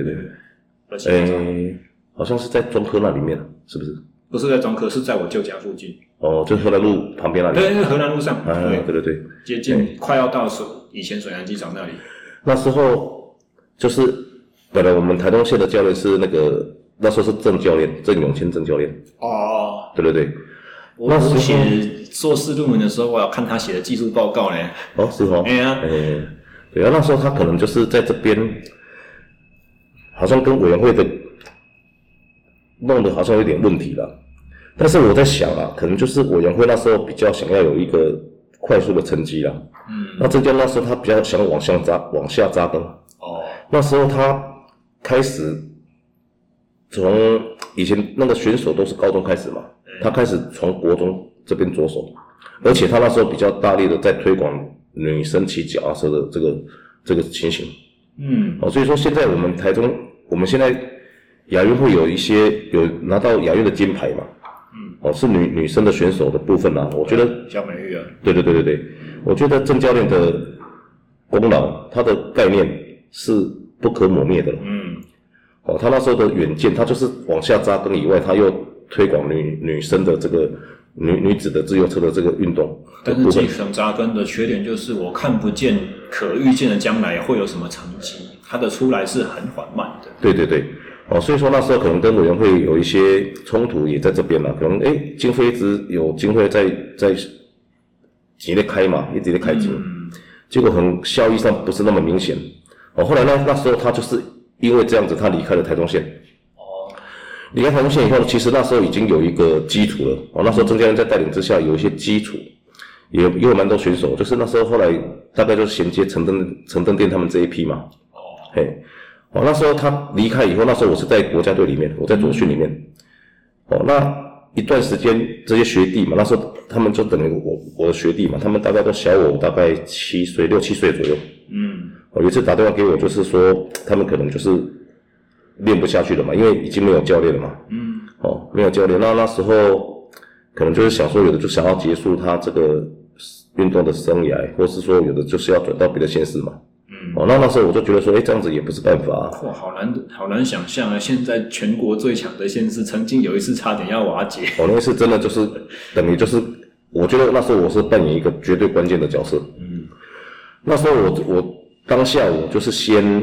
对，好像是在中科那里面，是不是？ 不是在中科，是在我舅家附近。 就是河南路旁边那里。 对，河南路上。 对， 接近快要到以前水南机场那里。 那时候就是本来我们台东县的教练是那时候是郑永谦郑教练。对。 我写硕士论文的时候，我要看他写的技术报告呢。 是对啊，那时候他可能就是在这边，好像跟委员会的弄得好像有点问题了。但是我在想可能就是委员会那时候比较想要有一个快速的成绩啦。那郑教那时候他比较想往下扎根。那时候他开始从以前那个选手都是高中开始嘛，他开始从国中这边着手，而且他那时候比较大力的在推广女生骑脚踏车的这个情形。所以说现在我们台中，我们现在亚运会有拿到亚运的金牌嘛，是女生的选手的部分啊，我觉得小美玉啊， 对，我觉得郑教练的功劳，他的概念是不可磨灭的了。他那时候的远见，他就是往下扎根以外，他又推广女生的这个女子的自由车的这个运动。 但是基层扎根的缺点就是我看不见可预见的将来会有什么成绩，它的出来是很缓慢的。 对，所以说那时候可能跟委员会有一些冲突也在这边啦，可能经费一直有经费在几在开嘛，一直在开金，结果效益上不是那么明显。后来那时候他就是因为这样子，他离开了台中县。离开台中县以后，其实那时候已经有一个基础了。那时候郑教练在带领之下有一些基础，也有蛮多选手，就是那时候后来大概就是衔接陈登殿他们这一批嘛。那时候他离开以后，那时候我是在国家队里面，我在左训里面。那一段时间这些学弟嘛，那时候他们就等于我的学弟嘛，他们大概都小我大概6、7岁左右。有一次打电话给我，就是说他们可能就是练不下去了嘛，因为已经没有教练了嘛。没有教练，那时候可能就是想说，有的就想要结束他这个运动的生涯，或是说有的就是要转到别的县市嘛。那时候我就觉得说，这样子也不是办法。 哇，好难想象啊！现在全国最强的县市，曾经有一次差点要瓦解。 那一次真的就是等于就是，我觉得那时候我是扮演一个绝对关键的角色。那时候我当下我就是先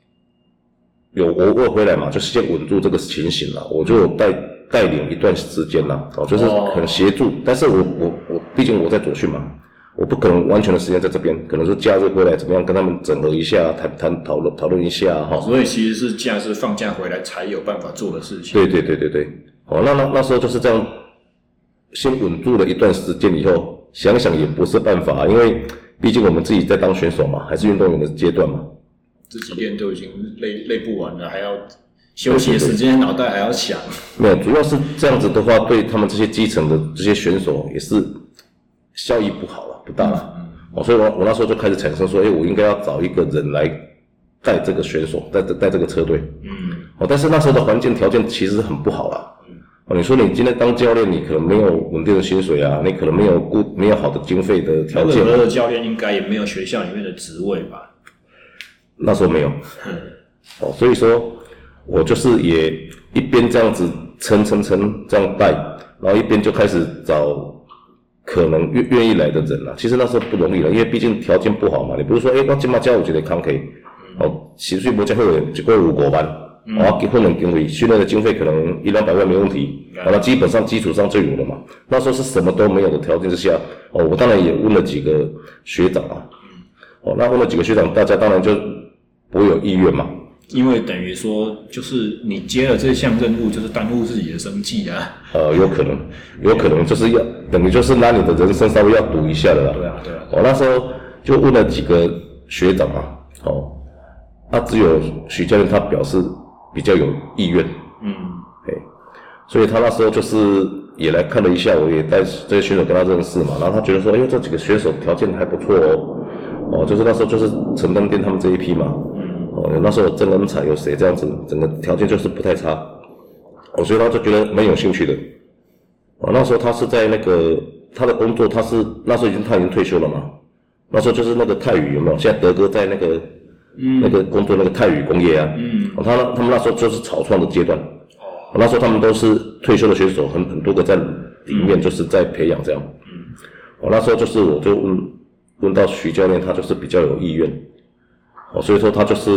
我回来嘛，就是先稳住这个情形啦，我就有带领一段时间啦，就是可能协助，但是我毕竟我在左训嘛，我不可能完全的时间在这边，可能是假日回来怎么样跟他们整合一下，讨论一下哈。 所以其实是假日放假回来才有办法做的事情。 对。那时候就是这样，先稳住了一段时间以后，想想也不是办法，因为毕竟我们自己在当选手嘛，还是运动员的阶段嘛。 自己练都已经累不完了，还要休息的时间，脑袋还要想。 没有，主要是这样子的话，对他们这些基层的这些选手也是效益不好了，不大了。所以我那时候就开始产生说，我应该要找一个人来带这个选手，带这个车队。但是那时候的环境条件其实很不好啦。你说你今天当教练，你可能没有稳定的薪水啊，你可能没有好的经费的条件。 任何的教练应该也没有学校里面的职位吧？ 那时候没有。所以说我就是也一边这样子撑这样带，然后一边就开始找可能愿意来的人啦。其实那时候不容易了，因为毕竟条件不好嘛。你不是说我现在才有一个工课，薪水没这好的，一个月5万，可能经费训练的经费可能100-200万没问题，那基本上基础上就有了嘛。那时候是什么都没有的条件之下，我当然也问了几个学长啊。那问了几个学长，大家当然就不会有意愿嘛。 因为等于说，就是你接了这项任务，就是耽误自己的生计啊。 有可能就是要等于就是拿你的人生稍微要赌一下的啦。 对啊。 那时候就问了几个学长啊，只有许教练他表示比较有意愿。所以他那时候就是也来看了一下，我也带这些选手跟他认识嘛，然后他觉得说，这几个选手条件还不错就是那时候就是陈登殿他们这一批嘛。那时候有郑恩彩有谁这样子，整个条件就是不太差。所以他就觉得蛮有兴趣的。那时候他是在那个他的工作，那时候他已经退休了嘛。那时候就是那个泰宇有没有？现在德哥在那个工作那个泰宇工业啊。他们那时候就是草创的阶段。那时候他们都是退休的选手，很多个在里面就是在培养这样。那时候就是我就问到徐教练，他就是比较有意愿。所以说他就是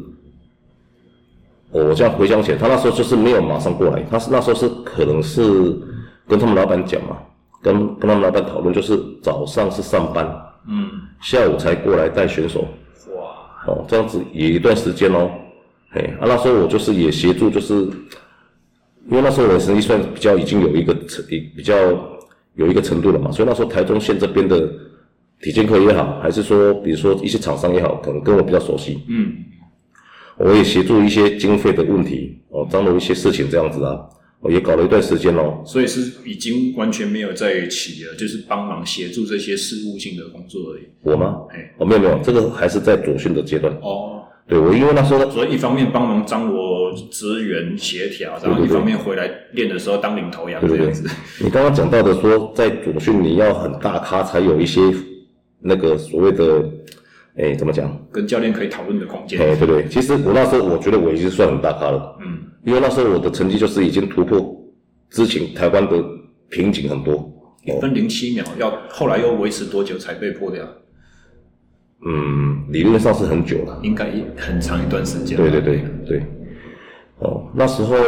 我这样回想起来，他那时候就是没有马上过来，他是那时候是可能是跟他们老板讲嘛，跟他们老板讨论，就是早上是上班，下午才过来带选手。哇，这样子也一段时间那时候我就是也协助，就是因为那时候我的成绩算比较已经有一个比较有一个程度了嘛，所以那时候台中县这边的体健科也好，还是说比如说一些厂商也好，可能跟我比较熟悉。我也协助一些经费的问题，张罗一些事情这样子啊。 也搞了一段时间咯。 所以是已经完全没有在一起了，就是帮忙协助这些事务性的工作而已。 我吗？没有，这个还是在左训的阶段。对，我因为那时候， 所以一方面帮忙张罗资源协调，然后一方面回来练的时候当领头羊这样子。 你刚刚讲到的说，在左训你要很大咖才有一些那个所谓的，怎么讲？ 跟教练可以讨论的空间。 对，其实我那时候我觉得我已经算很大咖了。因为那时候我的成绩就是已经突破之前台湾的瓶颈很多。 1分07秒，后来又维持多久才被破掉？ 理论上是很久了， 应该很长一段时间。 对。那时候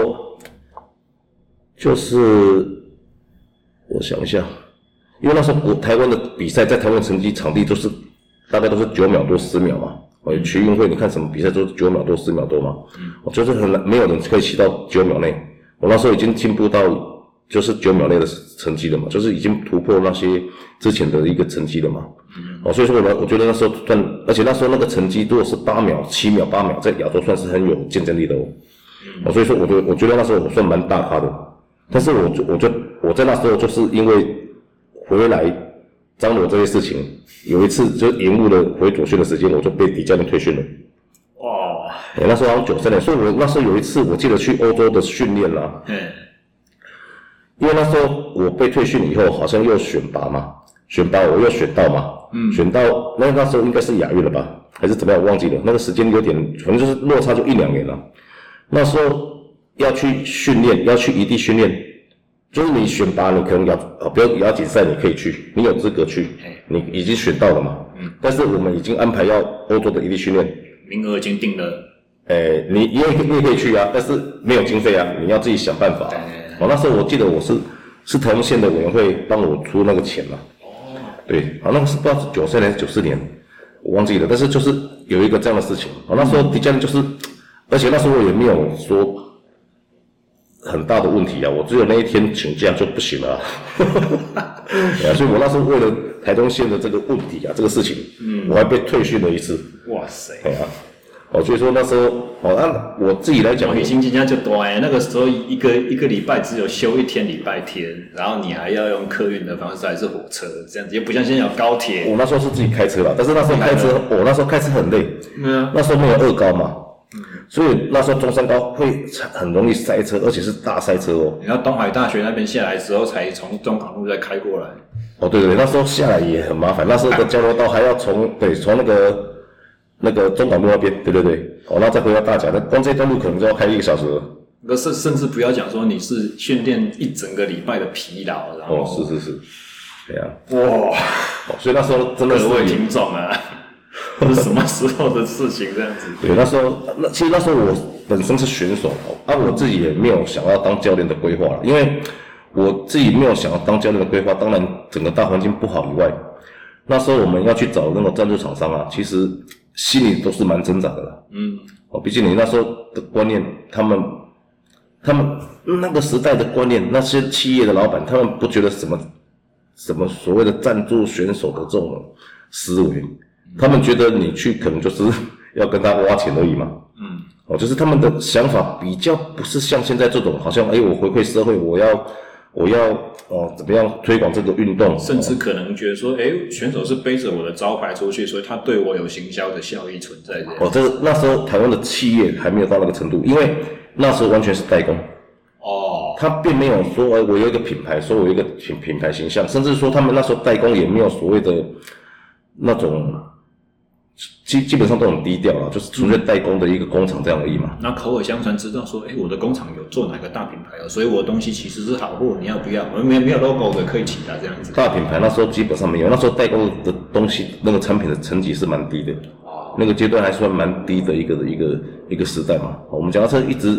就是我想一下，因为那时候台湾的比赛在台湾成绩场地就是大概都是9秒多10秒嘛。全运会你看什么比赛都是9秒多10秒多嘛。就是没有人可以骑到9秒内。我那时候已经进步到就是9秒内的成绩了嘛，就是已经突破那些之前的一个成绩了嘛。所以说我觉得那时候算，而且那时候那个成绩如果是8秒、7秒、8秒，在亚洲算是很有竞争力的哦。所以说我觉得那时候我算蛮大咖的。但是我在那时候就是因为回来张罗这些事情，有一次就延误了回左训的时间，我就被底教练退训了。那时候好像93年，所以我那时候有一次我记得去欧洲的训练啦。因为那时候我被退训以后，好像又选拔嘛，我又选到嘛，选到那时候应该是亚运了吧，还是怎么样，我忘记了，那个时间有点，反正就是落差就1-2年了。那时候要去训练，要去异地训练，就是你选拔，你可能比如亚锦赛你可以去，你有资格去，你已经选到了嘛。但是我们已经安排要欧洲的异地训练， 名额已经定了。 你也可以去啊，但是没有经费啊，你要自己想办法。那时候我记得我是台湾县的委员会帮我出那个钱嘛。对，那个是不知道是93年还是94年，我忘记了，但是就是有一个这样的事情。那时候底教练就是，而且那时候我也没有说很大的问题啊，我只有那一天请假就不行了。所以我那时候为了台中县的这个问题啊，这个事情，我还被退训了一次。 哇塞！ 所以说那时候，按我自己来讲， 你心情就多那个时候一个礼拜只有休1天礼拜天，然后你还要用客运的方式还是火车这样子，也不像现在有高铁。 我那时候是自己开车啦，但是那时候开车，我那时候开车很累。那时候没有2高嘛，所以那时候中山高会很容易塞车，而且是大塞车哦。 你到东海大学那边下来之后，才从中港路再开过来。 对，那时候下来也很麻烦，那时候的交流道还要从那个中港路那边，对，那再回到大甲，那光这段路可能就要开1个小时了。 甚至不要讲说你是训练一整个礼拜的疲劳，然后是，对啊， 哇， 所以那时候真的是各位听众啊，这是什么时候的事情这样子？ 对，其实那时候我本身是选手我自己也没有想要当教练的规划，因为我自己没有想要当教练的规划，当然整个大环境不好以外，那时候我们要去找那种赞助厂商啊，其实心里都是蛮挣扎的啦。毕竟你那时候的观念，他们那个时代的观念，那些企业的老板，他们不觉得什么所谓的赞助选手的这种思维，他们觉得你去可能就是要跟他挖钱而已嘛。就是他们的想法比较不是像现在这种，好像我回馈社会，我要怎么样推广这个运动， 甚至可能觉得说，选手是背着我的招牌出去，所以他对我有行销的效益存在的。 那时候台湾的企业还没有到那个程度，因为那时候完全是代工。他并没有说，我有一个品牌，说我有一个品牌形象，甚至说他们那时候代工也没有所谓的那种。基本上都很低调啦，就是纯粹代工的一个工厂这样而已嘛。 那口耳相传知道说，我的工厂有做哪个大品牌所以我的东西其实是好货，你要不要？我们没有 logo 的可以起它这样子。 大品牌那时候基本上没有，那时候代工的东西那个产品的层级是蛮低的，那个阶段还算蛮低的一个时代嘛。我们讲到这一直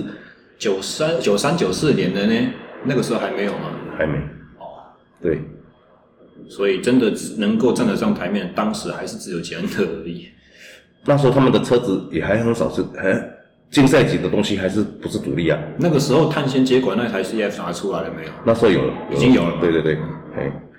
93、94年的呢，那个时候还没有吗？ 还没。对。 所以真的能够站得上台面，当时还是只有捷安特而已。 那时候他们的车子也还很少，竞赛级的东西还是不是主力啊。 那个时候碳纤接管那台 CF 拿出来了没有？ 那时候有了， 已经有了。 对。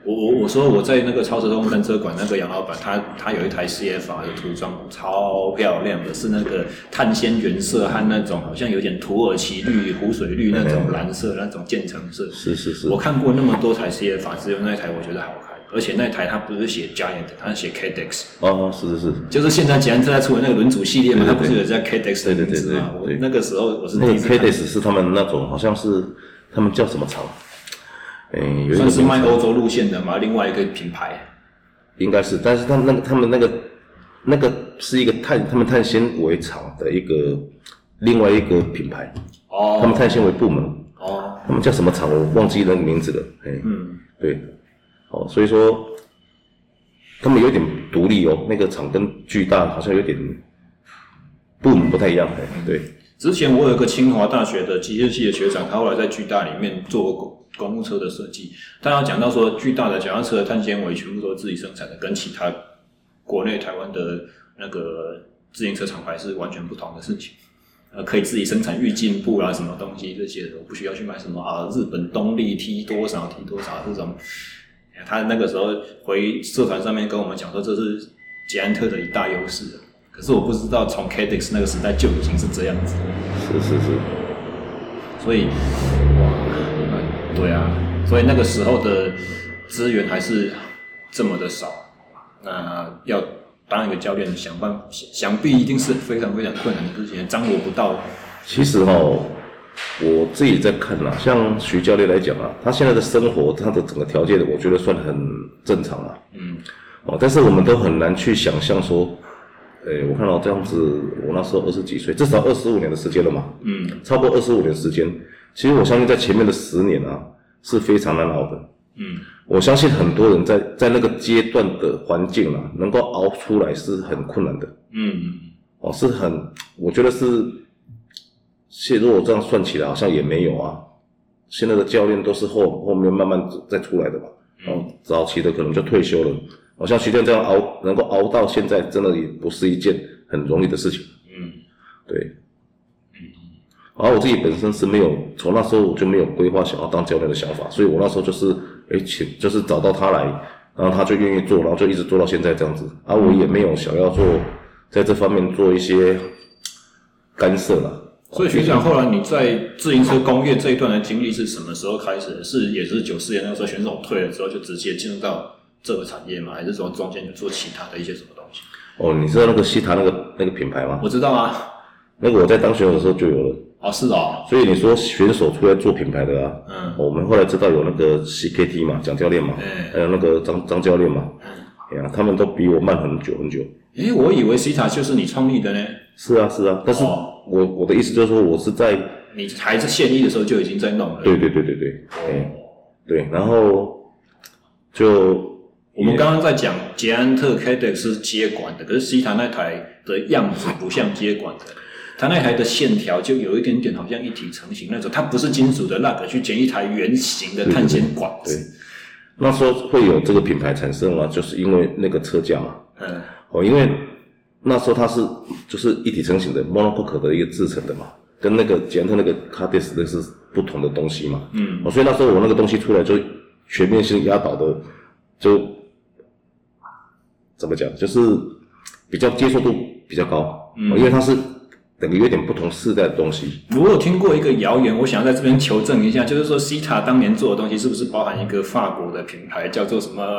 我说我在那个超时空单车馆那个杨老板，他有一台 CFR 的涂装超漂亮的，是那个碳纤原色和那种好像有点土耳其绿、湖水绿那种蓝色那种渐层色。 是。 我看过那么多台 CFR， 只有那一台我觉得好看，而且那台它不是写 Giant， 它是写 KDX。 哦，是， 就是现在捷安特在出的那个轮组系列嘛，它不是有叫 KDX 的名字吗？我那个时候我是第一次看。 那个 KDX 是他们那种好像是他们叫什么厂？有一个算是卖欧洲路线的嘛，另外一个品牌应该是，但是他们那个是一个他们碳纤维厂的另外一个品牌哦，他们碳纤维部门哦，他们叫什么厂我忘记那个名字了，对，所以说他们有点独立哦，那个厂跟巨大好像有点部门不太一样，对。 之前我有一个清华大学的机械系的学长，他后来在巨大里面做过公务车的设计，他有讲到说，巨大的脚踏车的碳纤维全部都是自己生产的，跟其他国内台湾的那个自行车厂牌是完全不同的事情。可以自己生产预进步啊，什么东西这些的，我不需要去买什么日本动力 T 多少这种。他那个时候回社团上面跟我们讲说，这是捷安特的一大优势。可是我不知道，从 KDX 那个时代就已经是这样子。 是。 所以，对啊，所以那个时候的资源还是这么的少。那要当一个教练，想必一定是非常非常困难的事情，掌握不到。 其实我自己在看啦，像徐教练来讲啊，他现在的生活，他的整个条件，我觉得算很正常啦。但是我们都很难去想象说。我看到这样子，我那时候20几岁，至少25年的时间了嘛，超过25年的时间。其实我相信在前面的10年啊，是非常难熬的。我相信很多人在那个阶段的环境啊，能够熬出来是很困难的。是很，我觉得是，如果这样算起来，好像也没有啊。现在的教练都是后面慢慢再出来的嘛。早期的可能就退休了。像徐健这样能够熬到现在，真的也不是一件很容易的事情。对。然后我自己本身是没有，从那时候我就没有规划想要当教练的想法，所以我那时候就是就是找到他来，然后他就愿意做，然后就一直做到现在这样子。我也没有想要在这方面做一些干涉啦。 所以学长，后来你在自行车工业这一段的经历是什么时候开始的？也是94年那个时候选手退了之后就直接进入到这个产业吗？还是说中间有做其他的一些什么东西？ 你知道那个西塔那个品牌吗？ 我知道啊， 那个我在当选手的时候就有了。 是哦。 所以你说选手出来做品牌的啊，我们后来知道有那个 CKT 嘛，蒋教练嘛，还有那个张教练嘛，他们都比我慢很久。 我以为西塔就是你创立的呢。 是啊，但是我的意思就是说，我是在你还是现役的时候就已经在弄了。 对，对，然后就。 我们刚刚在讲捷安特 KDX 是接管的，可是西塔那台的样子不像接管的，它那台的线条就有一点点好像一体成型那种，它不是金属的那个去剪一台圆形的碳纤管子。 对，那时候会有这个品牌产生嘛，就是因为那个车架嘛。因为那时候它是就是一体成型的 monocoque 的一个制成的嘛，跟那个捷安特那个 KDX 那是不同的东西嘛。所以那时候我那个东西出来就全面性压倒的就。怎么讲？就是比较接受度比较高，因为它是等于有点不同世代的东西。 我有听过一个谣言，我想在这边求证一下，就是说西塔当年做的东西是不是包含一个法国的品牌叫做什么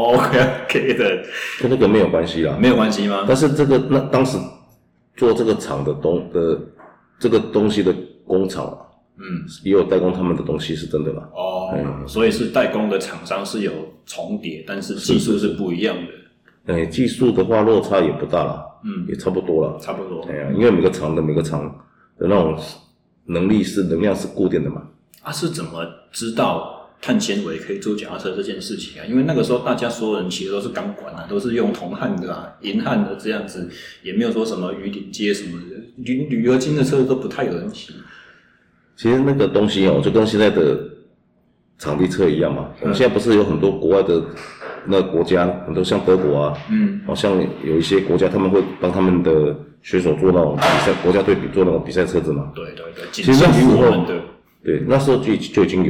LOK 的？ 跟那个没有关系啦， 没有关系吗？ 但是那当时做这个厂的这个东西的工厂，也有代工他们的东西是真的啦。 所以是代工的厂商是有重叠，但是技术是不一样的。 技术的话落差也不大啦，也差不多啦。 差不多。 因为每个厂的那种能量是固定的嘛。 是怎么知道碳纤维可以做脚踏车这件事情啊？因为那个时候大家所有人骑的都是钢管啊，都是用铜焊的银焊的这样子，也没有说什么鱼顶接什么的，铝合金的车都不太有人骑。 其实那个东西就跟现在的场地车一样嘛。我们现在不是有很多国外的那个国家，很多像德国啊，好像有一些国家他们会帮他们的选手做那种比赛，国家队做那种比赛车子嘛。 对， 其实那时候那时候就已经有了。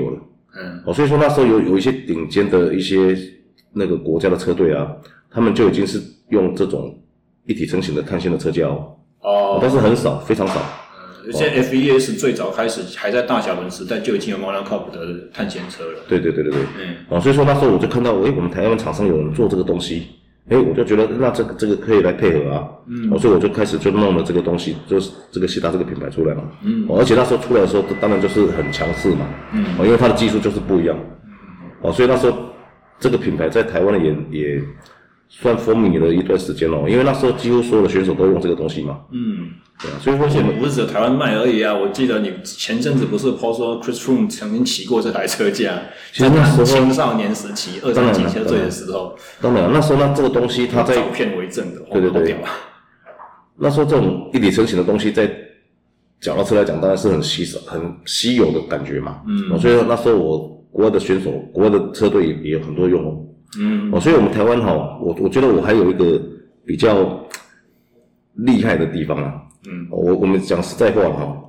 所以说那时候有一些顶尖的一些那个国家的车队啊，他们就已经是用这种一体成型的碳纤的车架但是很少，非常少。 现在 FES 最早开始还在大小轮时代就已经有 Monocoque 的碳纤车了。 对。所以说那时候我就看到，我们台湾厂商有人做这个东西，我就觉得那这个可以来配合啊。所以我就开始就弄了这个东西，就是这个Sita这个品牌出来嘛。而且那时候出来的时候，当然就是很强势嘛。因为它的技术就是不一样。所以那时候这个品牌在台湾也算风靡了一段时间因为那时候几乎所有的选手都用这个东西嘛。对啊，所以说而且不是只有台湾卖而已啊！我记得你前阵子不是 po 说 Chris Froome 曾经骑过这台车架， 其实那时候青少年时期20几车队的时候， 当然那时候这个东西它在照片为证的， 对，那时候这种一体成型的东西在脚踏车来讲，当然是很稀有的感觉嘛。所以那时候国外的选手、国外的车队也有很多用所以我们台湾我觉得我还有一个比较厉害的地方啊。我们讲实在话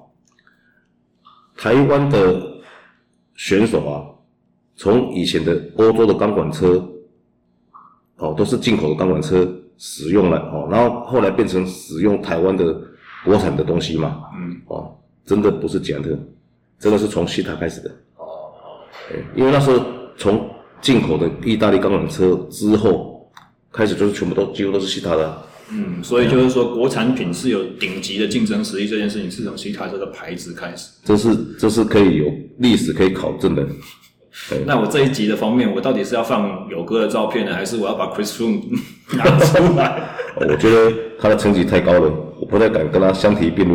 台湾的选手啊，从以前的欧洲的钢管车都是进口的钢管车使用了然后后来变成使用台湾的国产的东西嘛。真的不是假的，真的是从Sita开始的。因为那时候从进口的意大利钢管车之后开始，就是全部几乎都是Sita的。 所以就是说，国产品是有顶级的竞争实力，这件事情是从Sita这个牌子开始。 这是可以有历史可以考证的。 那我这一集的封面，我到底是要放友哥的照片呢，还是我要把 Chris Froome 拿出来？ 我觉得他的成绩太高了，我不太敢跟他相提并论。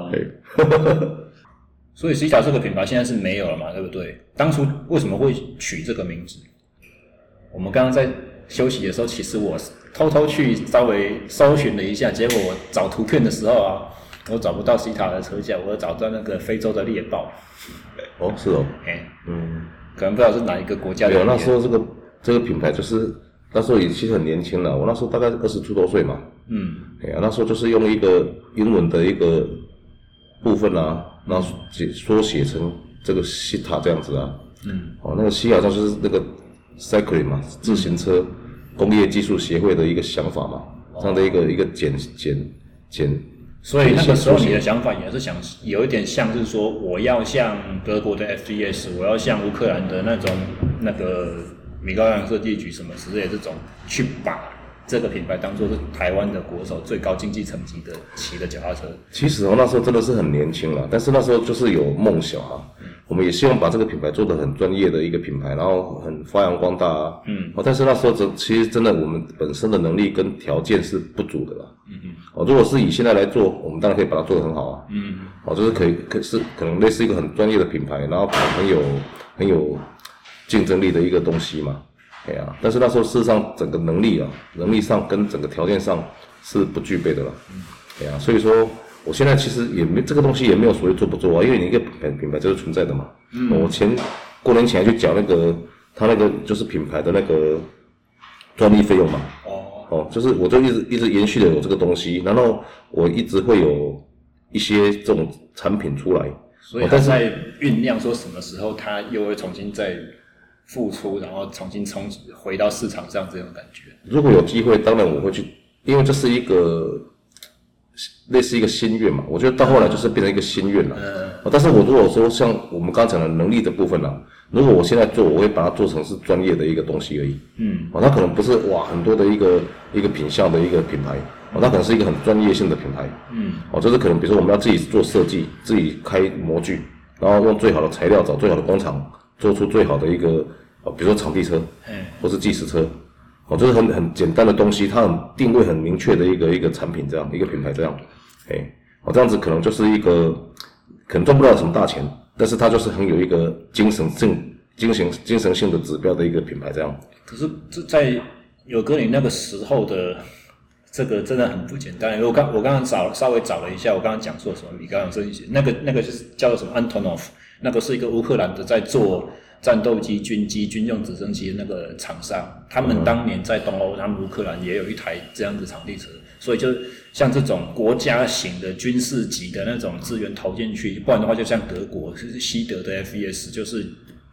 所以Sita这个品牌现在是没有了嘛，对不对？当初为什么会取这个名字？我们刚刚在休息的时候，其实我偷偷去稍微搜寻了一下，结果我找图片的时候啊，我找不到Sita的车架，我找到那个非洲的猎豹。 是哦。 可能不知道是哪一个国家的。 那时候这个品牌就是那时候也其实很年轻了，我那时候大概20出头岁嘛。那时候就是用一个英文的一个部分啊，然后缩写成这个Sita这样子啊。那个西好像就是那个 Cycling 嘛，自行车工业技术协会的一个想法嘛，这样的一个简。 所以那个时候你的想法也是想有一点像是说，我要像德国的 FDS， 我要像乌克兰的那个米高扬设计局什么之类这种，去把这个品牌当作是台湾的国手最高竞技层级的骑的脚踏车。其实那时候真的是很年轻了，但是那时候就是有梦想嘛。我们也希望把这个品牌做得很专业的一个品牌，然后很发扬光大啊。但是那时候其实真的我们本身的能力跟条件是不足的啦。如果是以现在来做，我们当然可以把它做得很好啊。就是可能类似一个很专业的品牌，然后很有竞争力的一个东西嘛。但是那时候事实上整个能力上跟整个条件上是不具备的啦。所以说我现在其实这个东西也没有所谓做不做啊，因为你一个品牌就是存在的嘛。我过年前还去缴他那个就是品牌的那个专利费用嘛。就是我就一直延续的有这个东西，然后我一直会有一些这种产品出来。 所以他在酝酿说什么时候他又会重新再付出，然后重新回到市场上这种感觉。 如果有机会，当然我会去，因为这是一个类似一个心愿嘛。我觉得到后来就是变成一个心愿了。但是我如果说像我们刚才讲的能力的部分呢，如果我现在做，我会把它做成是专业的一个东西而已。它可能不是很多的一个品项的一个品牌，它可能是一个很专业性的品牌。就是可能比如说我们要自己做设计，自己开模具，然后用最好的材料，找最好的工厂，做出最好的一个比如说场地车，或是计时车。就是很简单的东西，它定位很明确的一个产品，这样一个品牌这样。这样子可能就是一个可能赚不了什么大钱，但是它就是很有一个精神性的指标的一个品牌这样。 可是在友哥你那个时候的这个真的很不简单，因为我刚刚稍微找了一下，我刚刚讲说什么米高扬设计那个就是叫做什么 Antonov， 那个是一个乌克兰的在做战斗机、军机、军用直升机的那个厂商，他们当年在东欧，他们乌克兰也有一台这样子场地车，所以就像这种国家型的军事级的那种资源投进去，不然的话就像德国是西德的 FES， 就是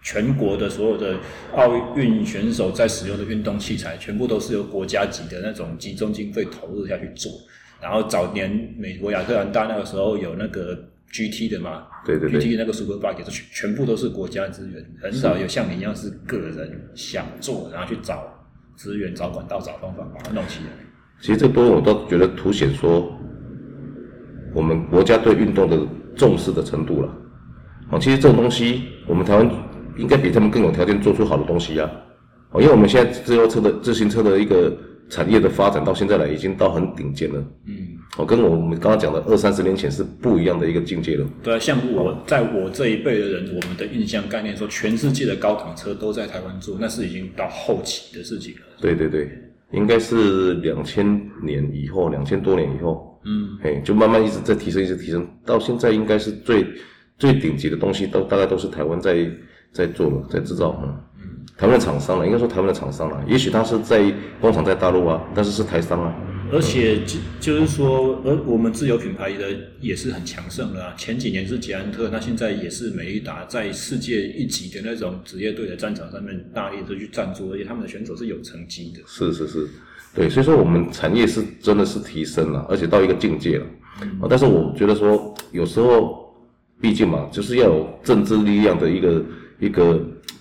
全国的所有的奥运选手在使用的运动器材，全部都是由国家级的那种集中经费投入下去做。然后早年美国亚特兰大那个时候有那个 GT 的嘛， 对 GT 的那个 Superbike 全部都是国家资源，很少有像你一样是个人想做，然后去找资源、找管道、找方法把它弄起来。 其实这部分我倒觉得凸显说，我们国家对运动的重视的程度了。其实这种东西，我们台湾应该比他们更有条件做出好的东西啊。因为我们现在自行车的一个产业的发展到现在来，已经到很顶尖了。跟我们刚刚讲的20-30年前是不一样的一个境界了。 对啊，像在我这一辈的人，我们的印象概念说，全世界的高档车都在台湾做，那是已经到后期的事情了。对， 应该是2000年以后，2000多年以后，就慢慢一直在提升，到现在应该是最顶级的东西大概都是台湾在做了，在制造。台湾的厂商了，应该说台湾的厂商了，也许他是在工厂在大陆啊，但是是台商啊。 而且就是说，我们自有品牌的也是很强盛的啊。前几年是捷安特，那现在也是美利达，在世界一级的那种职业队的战场上面大力的去赞助，而且他们的选手是有成绩的。 是，对，所以说我们产业是真的是提升了，而且到一个境界了。但是我觉得说，有时候毕竟嘛，就是要有政治力量的一个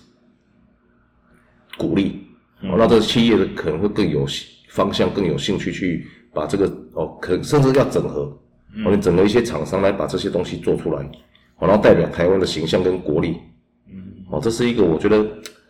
鼓励，让这个企业可能会更有方向，更有兴趣去把这个可甚至要整合，你整合一些厂商来把这些东西做出来，然后代表台湾的形象跟国力。这是一个我觉得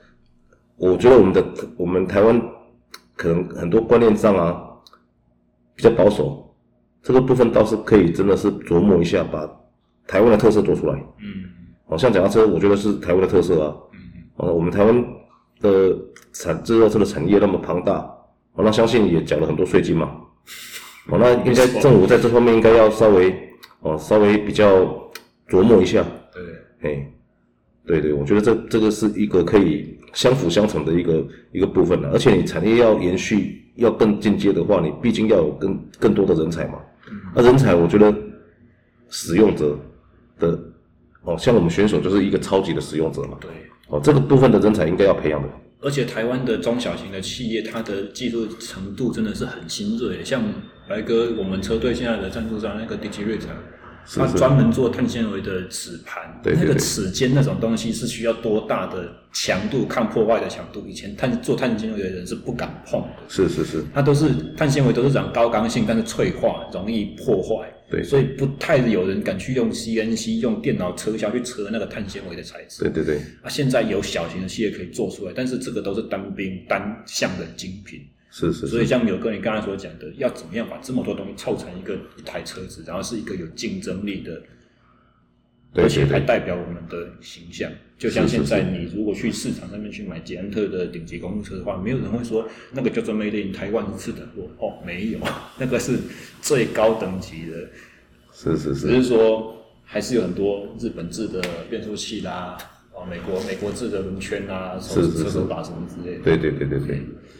我们台湾可能很多观念上啊比较保守，这个部分倒是可以真的是琢磨一下，把台湾的特色做出来。像脚踏车，我觉得是台湾的特色啊。我们台湾的制造车的产业那么庞大，那相信也缴了很多税金嘛。那应该政府在这方面应该要稍微比较琢磨一下。对，我觉得这个是一个可以相辅相成的一个部分了。而且你产业要延续，要更进阶的话，你毕竟要有更多的人才嘛。那人才，我觉得使用者的像我们选手就是一个超级的使用者嘛。这个部分的人才应该要培养的。 而且台湾的中小型的企业，它的技术程度真的是很新锐的。像白哥，我们车队现在的赞助商那个 DigiRate， 他专门做碳纤维的齿盘，那个齿间那种东西是需要多大的强度、抗破坏的强度？以前做碳纤维的人是不敢碰的。 是， 它都是碳纤维，都是讲高刚性，但是脆化，容易破坏。所以不太有人敢去用 CNC 用电脑车下去车那个碳纤维的材质。对。现在有小型的企业可以做出来，但是这个都是单项的精品。是。所以像牛哥你刚才所讲的，要怎么样把这么多东西凑成一台车子，然后是一个有竞争力的，而且还代表我们的形象。就像现在你如果去市场上面去买捷安特的顶级公路车的话，没有人会说那个叫做 Made in 台湾是的货，没有，那个是最高等级的。是。只是说还是有很多日本制的变速器啦，美国制的轮圈啦，车手把什么之类的。 对。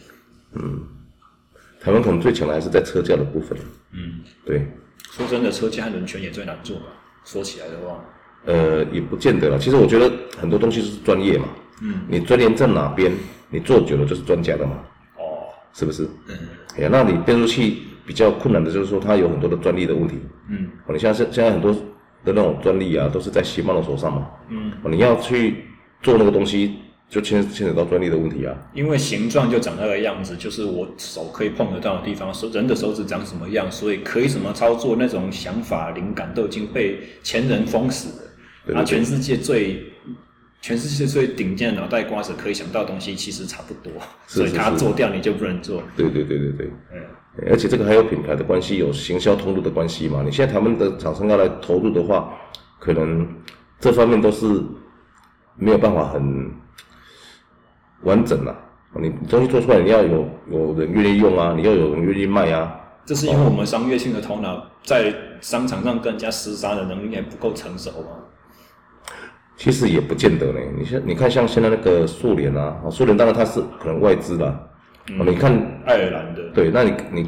台湾可能最强的还是在车架的部分。对。 说真的，车架和轮圈也最难做吧？说起来的话。 也不见得啦。其实我觉得很多东西是专业嘛。你专业在哪边，你做久了就是专家的嘛。是不是？那你变速器比较困难的就是说它有很多的专利的问题。你现在很多的那种专利啊，都是在Shimano手上嘛。你要去做那个东西，就牵扯到专利的问题啊。 因为形状就长那个样子，就是我手可以碰得到的地方，人的手指长什么样，所以可以怎么操作，那种想法灵感都已经被前人封死了。全世界最顶尖的脑袋瓜子可以想到的东西其实差不多，所以他做掉你就不能做。 对。而且这个还有品牌的关系，有行销通路的关系嘛。你现在他们的厂商要来投入的话，可能这方面都是没有办法很完整啦。你东西做出来，你要有人愿意用啊，你要有人愿意卖啊。 这是因为我们商业性的头脑在商场上跟人家厮杀的能力还不够成熟嘛。 其实也不见得呢。你看像现在那个苏联啊，苏联当然它是可能外资啦。你看爱尔兰的。对， 那你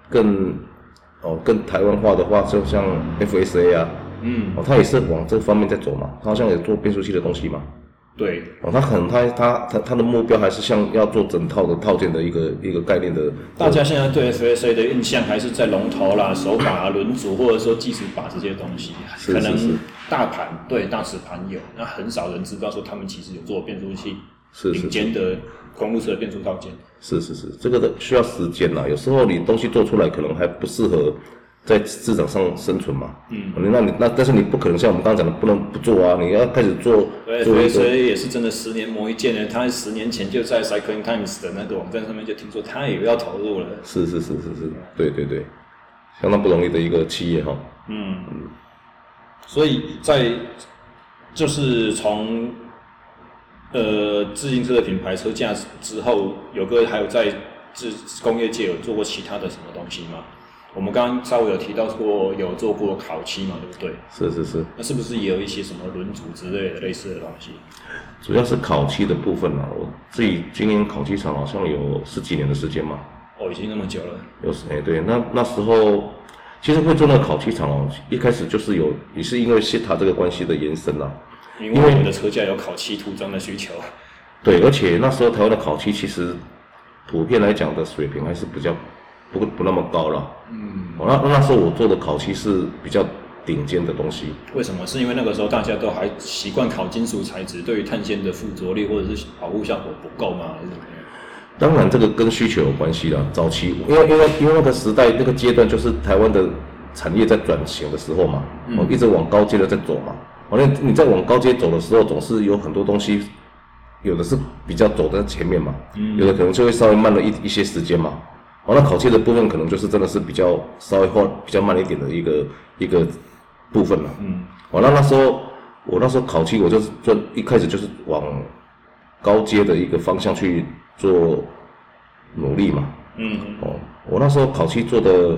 更台湾化的话，就像 FSA 啊，它也是往这方面在走嘛。它好像也做变速器的东西嘛。 对， 他可能他的目标还是像要做整套的套件的一个概念的。 大家现在对 FSA 的印象还是在龙头啦、手把啊、轮组或者说计时把这些东西，可能大盘对大齿盘有，那很少人知道说他们其实有做变速器，顶尖的公路车的变速套件。是， 这个的需要时间啦。有时候你东西做出来可能还不适合在市场上生存嘛。但是你不可能像我们刚刚讲的不能不做啊，你要开始做。 对 FSA 也是真的10年磨一剑的，他10年前就在 Cycling Times 的那个网站上面就听说他也要投入了。 是，对，相当不容易的一个企业哈。 所以就是从自行车的品牌车架之后，有个还有在工业界有做过其他的什么东西吗？我们刚刚稍微有提到过有做过烤漆嘛，对不对？ 是。 那是不是也有一些什么轮组之类的类似的东西？ 主要是烤漆的部分啊，我自己经营烤漆厂好像有10几年的时间嘛。 已经那么久了。 对，那时候其实会做那个烤漆厂哦，一开始就是也是因为它这个关系的延伸啦。 因为我们的车架有烤漆涂装的需求。 对，而且那时候台湾的烤漆其实普遍来讲的水平还是比较不那么高啦。那时候我做的烤漆是比较顶尖的东西。为什么？是因为那个时候大家都还习惯烤金属材质，对于碳纤的附着力或者是保护效果不够吗？还是怎么样？ 当然，这个跟需求有关系啦。早期因为那个时代那个阶段就是台湾的产业在转型的时候嘛，一直往高阶的在走嘛。你在往高阶走的时候，总是有很多东西，有的是比较走在前面嘛，有的可能就会稍微慢了一些时间嘛。那烤漆的部分可能就是真的是稍微比较慢一点的一个部分了。那时候烤漆我就是一开始就是往高阶的一个方向去做努力嘛。我那时候烤漆做的，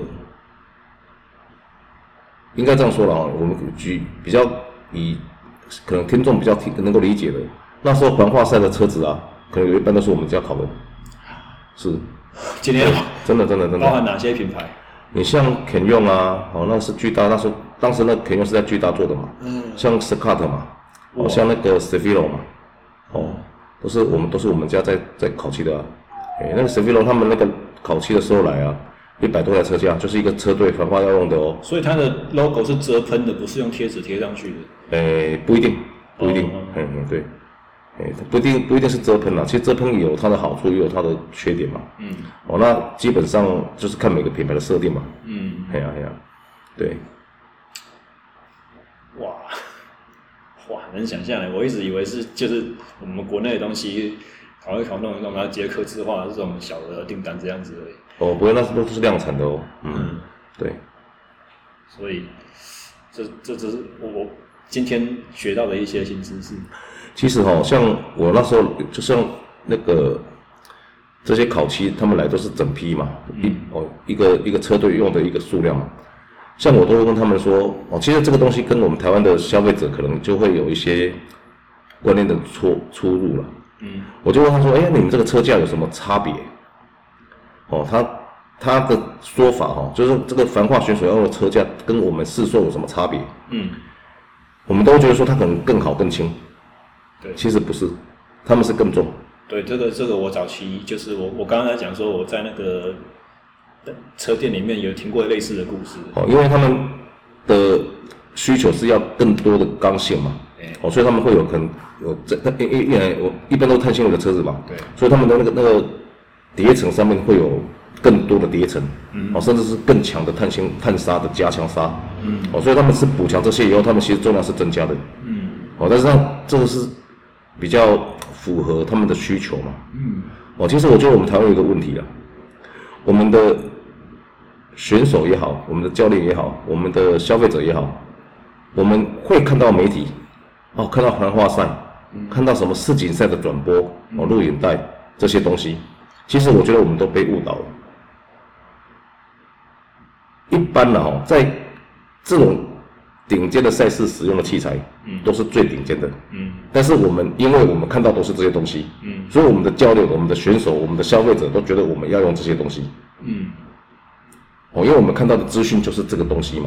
应该这样说了啊，我们比较可能听众比较能够理解的，那时候环化赛的车子啊，可能有一半都是我们家烤的。是。 今天真的。 包含哪些品牌？ 你像 Canyon 啊，那是巨大，当时那 Canyon 是在巨大做的嘛。像 Scott 嘛，像那个 Sevilo 嘛，都是我们家在烤漆的啊。那个 Sevilo 他们那个烤漆的时候来啊，100多台车架，就是一个车队繁华要用的哦。 所以它的 logo 是折喷的，不是用贴纸贴上去的。不一定。对。不一定是折喷啦，其实折喷有它的好处，也有它的缺点嘛。那基本上就是看每个品牌的设定嘛。对。 哇，能想象的，我一直以为就是我们国内的东西烤一烤弄一弄，然后接客制化这种小的订单这样子而已。 不会，那都是量产的哦。对。 所以这只是我今天学到的一些新知识。 其实像我那时候就像那个这些烤漆，他们来都是整批嘛，一个车队用的一个数量嘛。像我都会跟他们说，其实这个东西跟我们台湾的消费者可能就会有一些观念的出入了。我就问他说，你们这个车架有什么差别？他的说法就是这个繁华选手要用的车架跟我们市售有什么差别？我们都觉得说它可能更好更轻。对，其实不是，他们是更重。 对，这个我早期就是我刚刚在讲说我在那个车店里面有听过类似的故事。 因为他们的需求是要更多的刚性嘛，所以他们会有可能我一般都碳纤维的车子嘛，对，所以他们的那个叠层上面会有更多的叠层，甚至是更强的碳砂的加强砂，所以他们是补强这些以后，他们其实重量是增加的，但是这个是比较符合他们的需求嘛。其实我觉得我们台湾有一个问题啦，我们的选手也好，我们的教练也好，我们的消费者也好，我们会看到媒体，看到环化赛，看到什么世锦赛的转播，录影带这些东西，其实我觉得我们都被误导了。一般的在这种顶尖的赛事使用的器材，都是最顶尖的。但是因为我们看到都是这些东西，所以我们的教练、我们的选手、我们的消费者都觉得我们要用这些东西。因为我们看到的资讯就是这个东西嘛。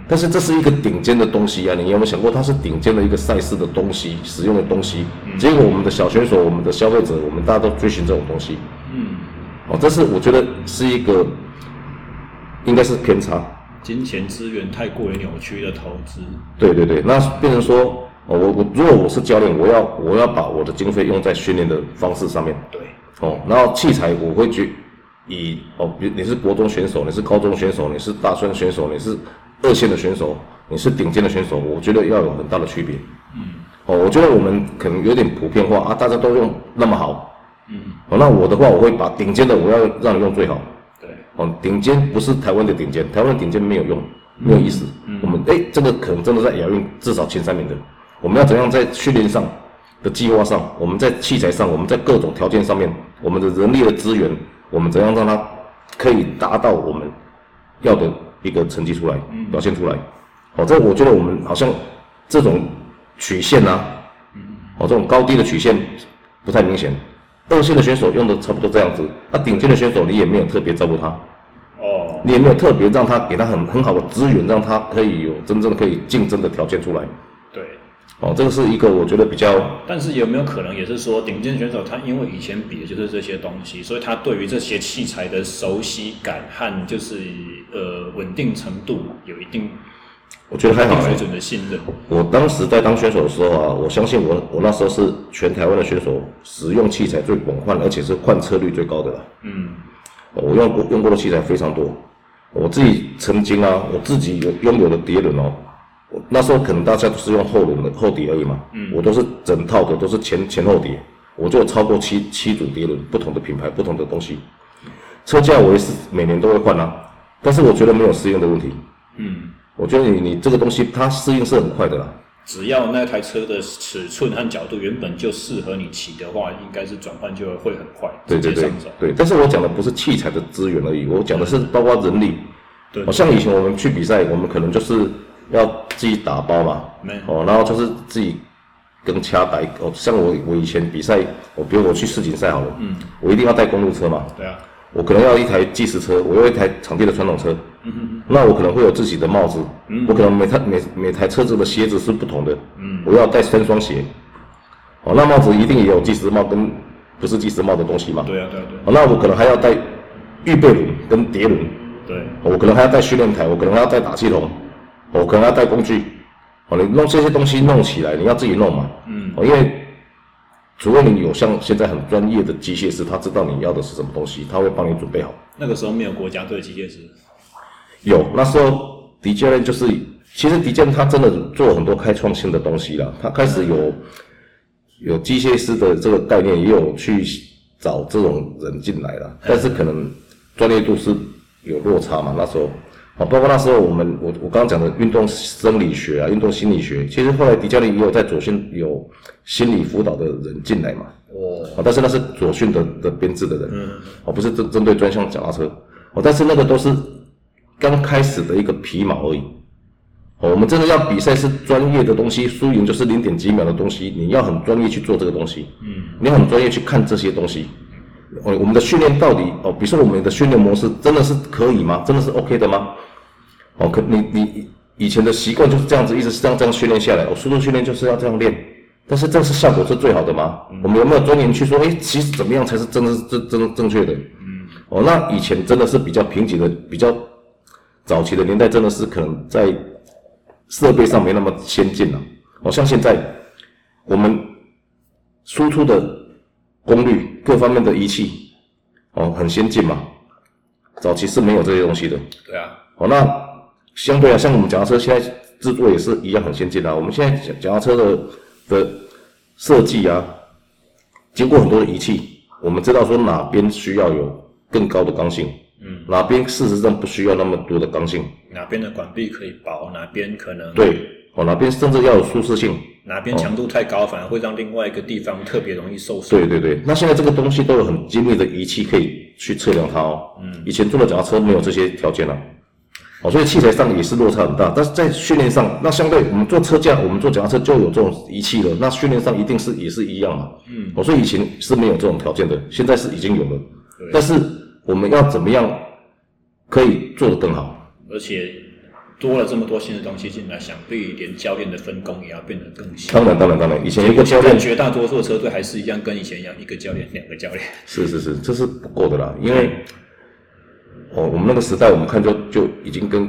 但是这是一个顶尖的东西啊，你有没有想过它是顶尖的一个赛事的东西，使用的东西？结果我们的小选手、我们的消费者，我们大家都追寻这种东西。这是我觉得是一个应该是偏差。 金钱资源太过于扭曲的投资。对， 那变成说，如果我是教练，我要把我的经费用在训练的方式上面。 对。 然后器材我会比如你是国中选手，你是高中选手，你是大专选手，你是2线的选手，你是顶尖的选手，我觉得要有很大的区别。我觉得我们可能有点普遍化啊，大家都用那么好。那我的话，我会把顶尖的我要让你用最好。顶尖不是台湾的顶尖，台湾的顶尖没有用，没有意思。我们这个可能真的在亚运至少前3名的，我们要怎样在训练上的计划上，我们在器材上，我们在各种条件上面，我们的人力的资源，我们怎样让它可以达到我们要的一个成绩出来，表现出来。这我觉得我们好像这种曲线啊，这种高低的曲线不太明显。2线的选手用的差不多这样子，顶尖的选手你也没有特别照顾他，你也没有特别让他给他很好的资源，让他可以有真正可以竞争的条件出来。 对， 这个是一个我觉得比较。 但是有没有可能也是说，顶尖选手他因为以前比的就是这些东西，所以他对于这些器材的熟悉感和就是稳定程度有一定。 我觉得还好， 水准的信任。我当时在当选手的时候啊，我相信我那时候是全台湾的选手使用器材最广泛，而且是换车率最高的了。我用过的器材非常多。我自己曾经啊，我自己拥有的碟轮那时候可能大家都是用后轮的后碟而已嘛。我都是整套的，都是前后碟，我就有超过7组碟轮，不同的品牌，不同的东西。车架我也是每年都会换啊，但是我觉得没有适应的问题。我觉得你这个东西它适应是很快的啦， 只要那台车的尺寸和角度原本就适合你骑的话，应该是转换就会很快，直接上手。 对，但是我讲的不是器材的资源而已，我讲的是包括人力。对，像以前我们去比赛，我们可能就是要自己打包嘛，然后就是自己跟掐带。像我以前比赛，比如我去世锦赛好了，我一定要带公路车嘛。 对啊。 我可能要一台计时车，我要一台场地的传统车，那我可能会有自己的帽子，我可能每台车子的鞋子是不同的，我要带3双鞋，那帽子一定也有计时帽跟不是计时帽的东西嘛， 对啊， 那我可能还要带预备轮跟碟轮， 对， 我可能还要带训练台，我可能还要带打气筒，我可能还要带工具，你弄这些东西弄起来，你要自己弄嘛，因为除非你有像现在很专业的机械师，他知道你要的是什么东西，他会帮你准备好。 那个时候没有国家队机械师， 有，那时候狄教练其实狄教练他真的做很多开创性的东西啦，他开始有机械师的这个概念，也有去找这种人进来啦，但是可能专业度是有落差嘛，那时候。包括那时候我刚刚讲的运动生理学啊，运动心理学，其实后来狄教练也有在左训有心理辅导的人进来嘛。但是那是左训的编制的人，不是针对专项脚踏车。但是那个都是刚开始的一个皮毛而已。我们真的要比赛是专业的东西，输赢就是0.几秒的东西，你要很专业去做这个东西。你要很专业去看这些东西。我们的训练到底比如说我们的训练模式真的是可以吗？真的是 OK 的吗？你以前的习惯就是这样子，一直是这样训练下来。速度训练就是要这样练，但是这是效果是最好的吗？我们有没有钻研去说，其实怎么样才是真正确的？那以前真的是比较贫瘠的，比较早期的年代，真的是可能在设备上没那么先进了。像现在我们输出的功率各方面的仪器很先进嘛，早期是没有这些东西的。 对啊。 那相对像我们脚踏车现在制作也是一样很先进啊。我们现在脚踏车的设计啊，经过很多的仪器，我们知道说哪边需要有更高的刚性，哪边事实上不需要那么多的刚性， 哪边的管壁可以薄，哪边可能对，哪边甚至要有舒适性， 哪边强度太高，反而会让另外一个地方特别容易受损。 对，那现在这个东西都有很精密的仪器可以去测量它以前做的脚踏车没有这些条件啊。所以器材上也是落差很大，但是在训练上，那相对我们做车架，我们做脚踏车就有这种仪器了，那训练上一定是也是一样嘛。所以以前是没有这种条件的，现在是已经有了。但是我们要怎么样可以做得更好？ 而且多了这么多新的东西进来，想必连教练的分工也要变得更细。 当然，以前一个教练， 绝大多数的车队还是一样跟以前一样，一个教练2个教练。 是，这是不够的啦，因为我们那个时代，我们看就已经跟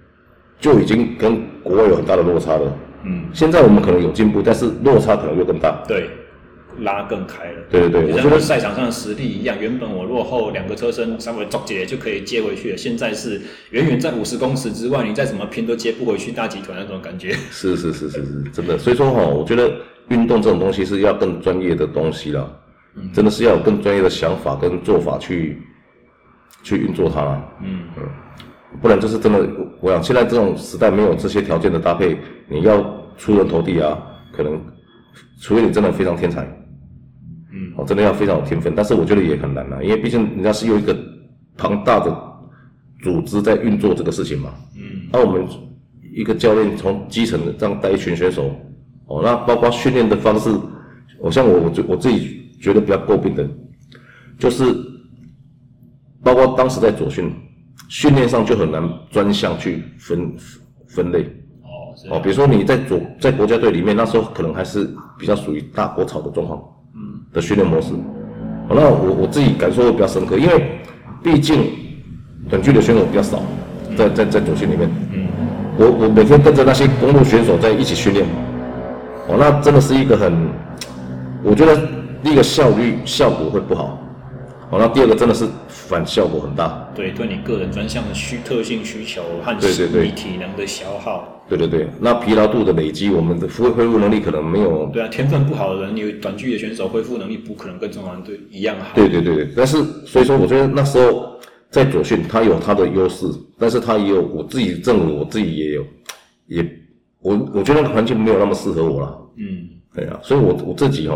国外有很大的落差了。现在我们可能有进步，但是落差可能又更大。 对。拉更开了， 对，我觉得赛场上的实力一样，原本我落后2个车身稍微捉节就可以接回去了，现在是远远在50公尺之外，你再怎么拼都接不回去大集团那种感觉。 是，真的。所以说我觉得运动这种东西是要更专业的东西啦，真的是要有更专业的想法跟做法去运作它啦。不然就是真的，我想现在这种时代没有这些条件的搭配，你要出人头地啊，可能除非你真的非常天才。真的要非常有天分，但是我觉得也很难啦，因为毕竟人家是用一个庞大的组织在运作这个事情嘛。那我们一个教练从基层这样带一群选手，那包括训练的方式，像我自己觉得比较诟病的，就是包括当时在左训练上就很难专项去分类。比如说你在国家队里面，那时候可能还是比较属于大国草的状况。的训练模式，那我自己感受会比较深刻，因为毕竟短距离的选手比较少，在左训里面，我每天跟着那些公路选手在一起训练，那真的是一个我觉得第一个效果会不好，那第二个真的是反效果很大。 对你个人专项的特性需求和你体能的消耗。对， 那疲劳度的累积，我们的恢复能力可能没有。 对啊，天分不好的人，你短距离的选手恢复能力不可能跟中华队一样好。 对，但是所以说，我觉得那时候在左训，他有他的优势，但是他也有我自己认为我自己也有，我觉得那个环境没有那么适合我啦。对啊，所以我自己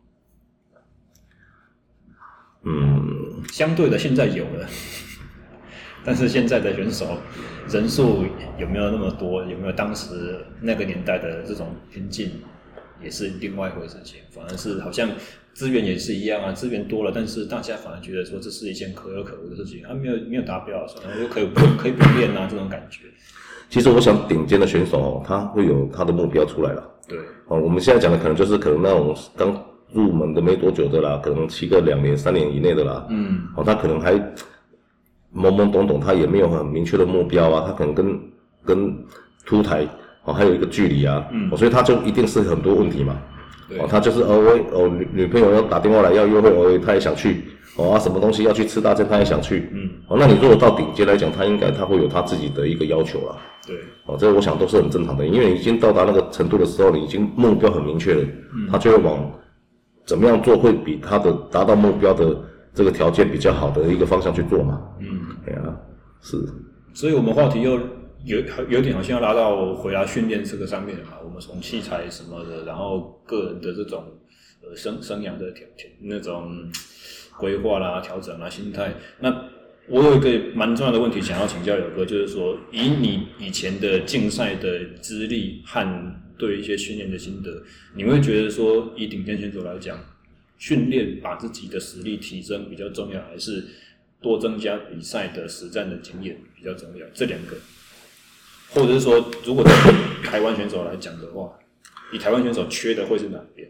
相对的现在有了。但是现在的选手人数有没有那么多？有没有当时那个年代的这种拼劲，也是另外一回事情。反而是好像资源也是一样啊，资源多了，但是大家反而觉得说这是一件可有可无的事情，没有达标，然后又可以不练啊这种感觉。 其实我想顶尖的选手他会有他的目标出来了。 对， 我们现在讲的可能那种刚入门的没多久的啦，可能骑个2年3年以内的啦，他可能还懵懵懂懂，他也没有很明确的目标啊，他可能跟凸台还有一个距离啊，所以他就一定是很多问题嘛。他就是女朋友要打电话来要约会，他也想去，什么东西要去吃大餐他也想去，那你如果到顶尖来讲，他会有他自己的一个要求啦。 对， 这个我想都是很正常的，因为你已经到达那个程度的时候，你已经目标很明确了，他就会往怎么样做会比他的达到目标的这个条件比较好的一个方向去做嘛。对啊，是。所以我们话题又有点好像要拉到回来训练这个上面了嘛。我们从器材什么的，然后个人的这种生涯的那种规划啦、调整啦、心态。那我有一个蛮重要的问题想要请教友哥，就是说，以你以前的竞赛的资历和对一些训练的心得，你会觉得说，以顶尖选手来讲，训练把自己的实力提升比较重要，还是多增加比赛的实战的经验比较重要？这两个，或者是说，如果对台湾选手来讲的话，以台湾选手缺的会是哪边？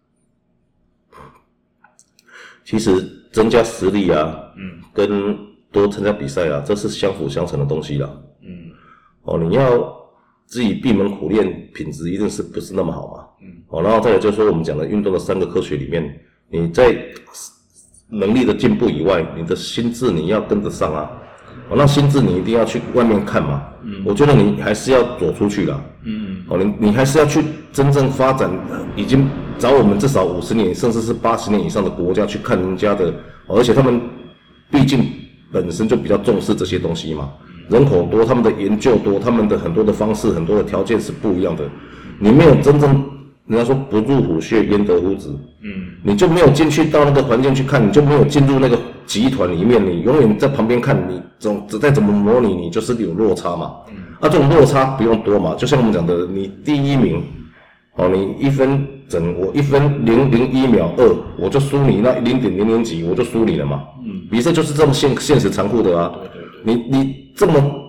其实增加实力啊，跟多参加比赛啊，这是相辅相成的东西啦。你要自己闭门苦练，品质一定是不是那么好嘛。然后再来就是说我们讲的运动的3个科学里面，你在能力的进步以外，你的心智你要跟得上啊。那心智你一定要去外面看嘛。我觉得你还是要走出去啦。你还是要去真正发展，已经找我们至少50年甚至是80年以上的国家去看人家的，而且他们毕竟本身就比较重视这些东西嘛，人口多，他们的研究多，他们的很多的方式很多的条件是不一样的。你没有真正人家说不入虎穴焉得虎子，你就没有进去到那个环境去看，你就没有进入那个集团里面，你永远在旁边看，你再怎么模拟，你就是有落差嘛。这种落差不用多嘛，就像我们讲的，你第1名，你1分整，我1分0.01秒2，我就输你那0.00几，我就输你了嘛。比赛就是这么现实残酷的啊。你这么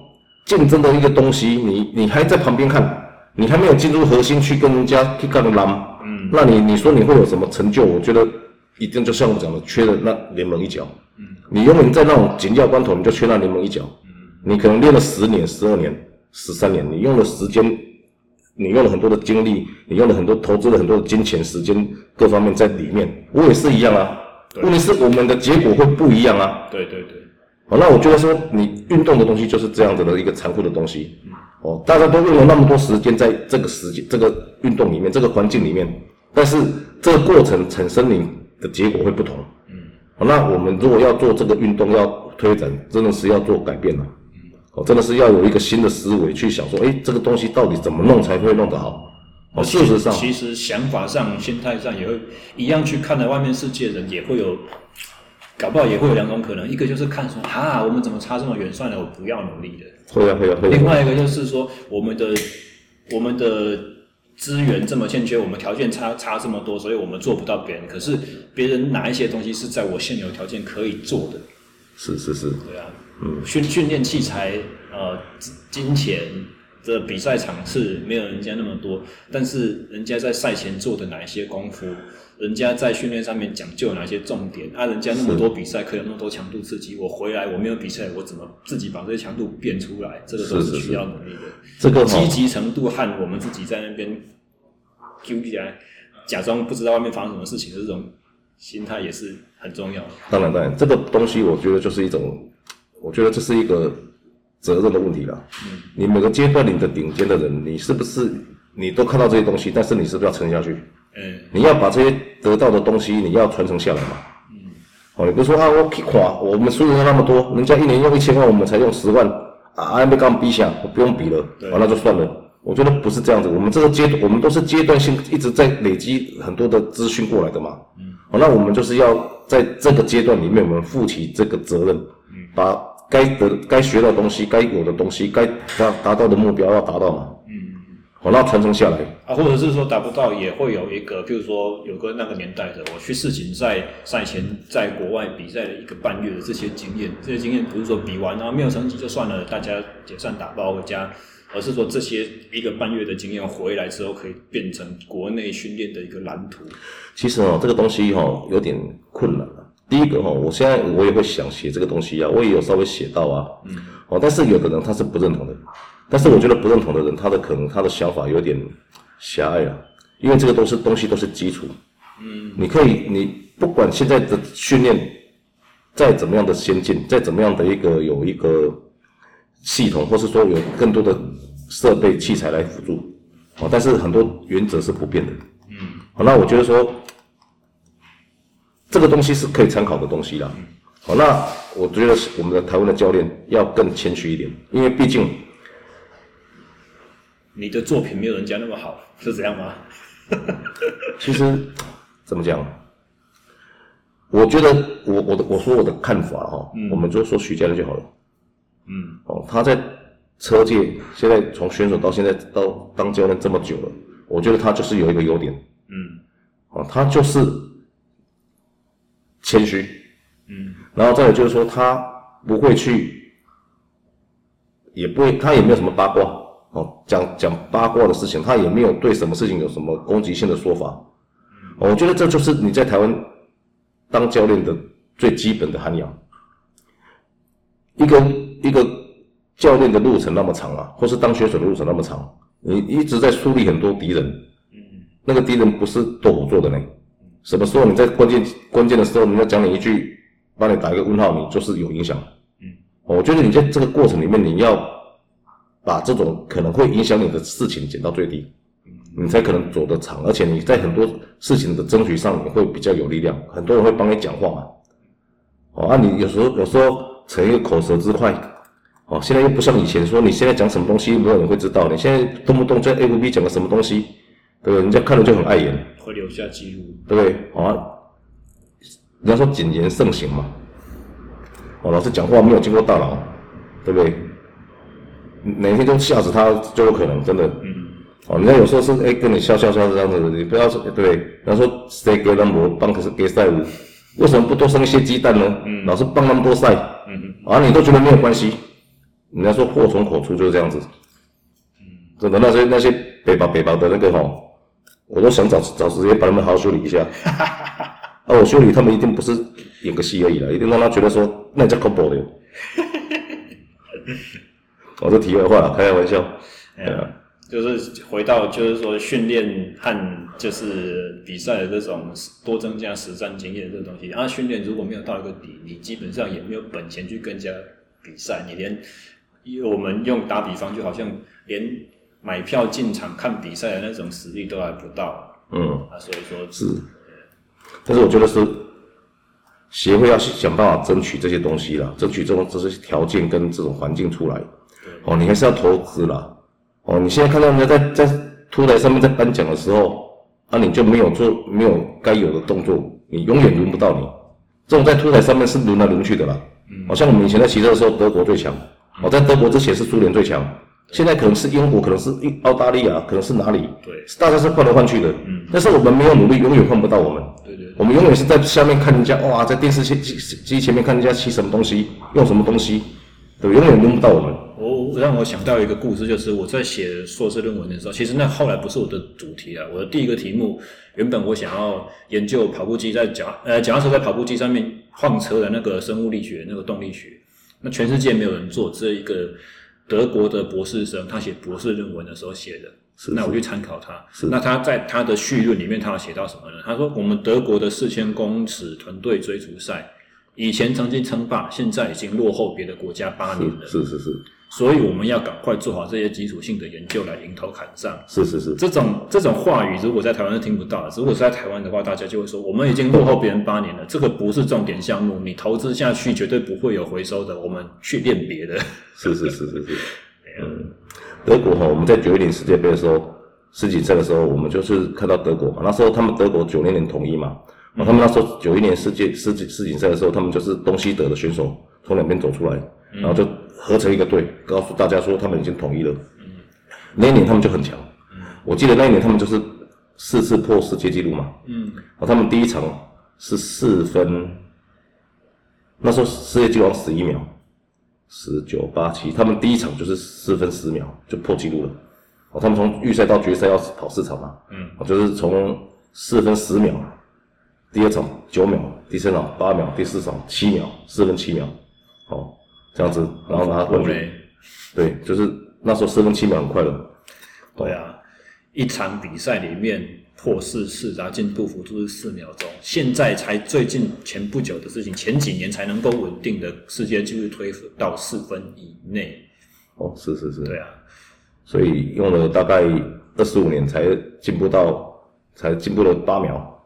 竞争的一个东西，你还在旁边看，你还没有进入核心去跟人家去干浪，那你说你会有什么成就？我觉得一定就像我讲的，缺了那联盟一脚。你永远在那种紧要关头，你就缺那联盟一脚。你可能练了10年、12年、13年，你用了时间，你用了很多的精力，你用了很多投资了很多的金钱、时间各方面在里面。我也是一样啊，问题是我们的结果会不一样啊。 对。 好，那我觉得说你运动的东西就是这样子的一个残酷的东西。大家都用了那么多时间在这个运动里面，这个环境里面，但是这个过程产生你的结果会不同。好，那我们如果要做这个运动要推展，真的是要做改变了。真的是要有一个新的思维去想说，这个东西到底怎么弄才会弄得好？事实上， 其实想法上、心态上也会一样去看待外面世界的人，也会有，搞不好也会有2种可能，一个就是看说，我们怎么差这么远，算了，我不要努力了。 会啊。 另外一个就是说，我们的资源这么欠缺，我们条件差这么多，所以我们做不到别人。可是别人哪一些东西是在我现有条件可以做的？ 是。 对啊。训练器材、金钱的比赛场次没有人家那么多，但是人家在赛前做的哪一些功夫，人家在训练上面讲究哪些重点，人家那么多比赛可以有那么多强度刺激，我回来我没有比赛，我怎么自己把这些强度变出来？这个都是需要努力的。 这个积极程度和我们自己在那边揪起来，假装不知道外面发生什么事情的这种心态也是很重要的。 当然，这个东西我觉得就是一种。我觉得这是一个责任的问题啦。你每个阶段你的顶尖的人，你是不是你都看到这些东西，但是你是不是要撑下去？你要把这些得到的东西你要传承下来嘛。你不是说我去看我们输人那么多，人家一年用1000万，我们才用10万还没跟我们比下，我不用比了，那就算了。我觉得不是这样子，我们都是阶段性一直在累积很多的资讯过来的嘛。那我们就是要在这个阶段里面，我们负起这个责任，把该学到的东西，该有的东西，该达到的目标要达到嘛。那传承下来或者是说达不到，也会有一个，譬如说有个那个年代的，我去世锦赛赛前在国外比赛的1个半月的这些经验，不是说比完没有成绩就算了，大家解散打包回家，而是说这些1个半月的经验回来之后，可以变成国内训练的一个蓝图。 其实这个东西有点困难了。第一个我现在我也会想写这个东西我也有稍微写到但是有的人他是不认同的，但是我觉得不认同的人，可能他的想法有点狭隘因为这个东西都是基础。你不管现在的训练再怎么样的先进，再怎么样的有一个系统，或是说有更多的设备器材来辅助但是很多原则是不变的。那我觉得说这个东西是可以参考的东西啦。那我觉得我们的台湾的教练要更谦虚一点，因为毕竟你的作品没有人家那么好，是这样吗？ 其实怎么讲？我觉得我说我的看法我们就说许家人就好了。他在车界现在从选手到现在到当教练这么久了，我觉得他就是有一个优点。他就是谦虚。然后再有就是说他不会去，他也没有什么八卦讲八卦的事情，他也没有对什么事情有什么攻击性的说法。我觉得这就是你在台湾当教练的最基本的涵养。一个教练的路程那么长或是当选手的路程那么长，你一直在树立很多敌人。那个敌人不是斗火做的呢。什么时候你在关键的时候，人家讲你一句，帮你打一个问号，你就是有影响。我觉得你在这个过程里面，你要把这种可能会影响你的事情减到最低，你才可能走得长，而且你在很多事情的争取上，你会比较有力量，很多人会帮你讲话嘛。你有时候成一个口舌之快。现在又不像以前说你现在讲什么东西没有人会知道，你现在动不动在 FB 讲个什么东西，对不对？人家看了就很碍眼， 会留下记录， 对不对？人家说谨言慎行嘛。老师讲话没有经过大脑，对不对？哪天就吓死他就有可能，真的。人家有时候是跟你笑这样子，你不要说对不对？人家说谁给人没帮可是给赛物，为什么不多生一些鸡蛋呢？老是帮那么多赛，你都觉得没有关系。 人家说祸从口出就是这样子。真的那些北包的那个我都想找时间把他们好好修理一下。我修理他们一定不是演个戏而已啦，一定让他觉得说那叫 combo 的。这题外话啦，开玩笑。 就是回到就是说训练和就是比赛的这种多增加实战经验的这个东西。训练如果没有到一个底，你基本上也没有本钱去跟人家比赛。你连我们用打比方，就好像连买票进场看比赛的那种实力都还不到。所以说是。但是我觉得是协会要想办法争取这些东西啦，争取这些条件跟这种环境出来。你还是要投资啦。你现在看到人家在凸台上面在颁奖的时候，你就没有该有的动作，你永远轮不到你。这种在凸台上面是轮来轮去的啦。像我们以前在骑车的时候，德国最强。在德国之前是苏联最强，现在可能是英国，可能是澳大利亚，可能是哪里？对，大家是换来换去的。但是我们没有努力，永远换不到我们。对，我们永远是在下面看人家在电视机前面看人家骑什么东西，用什么东西，对，永远轮不到我们。 让我想到一个故事，就是我在写硕士论文的时候，其实那后来不是我的主题啊。我的第一个题目原本我想要研究跑步机在脚踏车在跑步机上面晃车的那个生物力学、那个动力学。那全世界没有人做，只有一个德国的博士生，他写博士论文的时候写的。那我去参考他。那他在他的序论里面，他有写到什么呢？他说我们德国的4000公尺团队追逐赛，以前曾经称霸，现在已经落后别的国家8年了。 是。 所以我们要赶快做好这些基础性的研究来迎头赶上。 是。 这种话语如果在台湾是听不到的，如果是在台湾的话，大家就会说我们已经落后别人8年了，这个不是重点项目，你投资下去绝对不会有回收的，我们去练别的。 是。德国我们在91年世界杯的时候，世锦赛的时候，我们就是看到德国嘛，那时候他们德国90年统一嘛，他们那时候91年世锦赛的时候，他们就是东西德的选手从两边走出来，然后就合成一个队，告诉大家说他们已经统一了。那一年他们就很强，我记得那一年他们就是4次破世界纪录嘛。他们第一场是4分，那时候世界纪录11秒，1987，他们第一场就是4分10秒就破纪录了。他们从预赛到决赛要跑4场嘛，就是从4分10秒，第二场9秒，第三场8秒，第四场7秒，4分7秒，这样子，然后拿冠军。对，就是那时候4分7秒很快了。 对啊，一场比赛里面破4次，然后进步幅度是4秒钟。现在才最近前不久的事情，前几年才能够稳定的世界纪录推到4分以内。 是。 对啊， 所以用了大概25年才进步了8秒。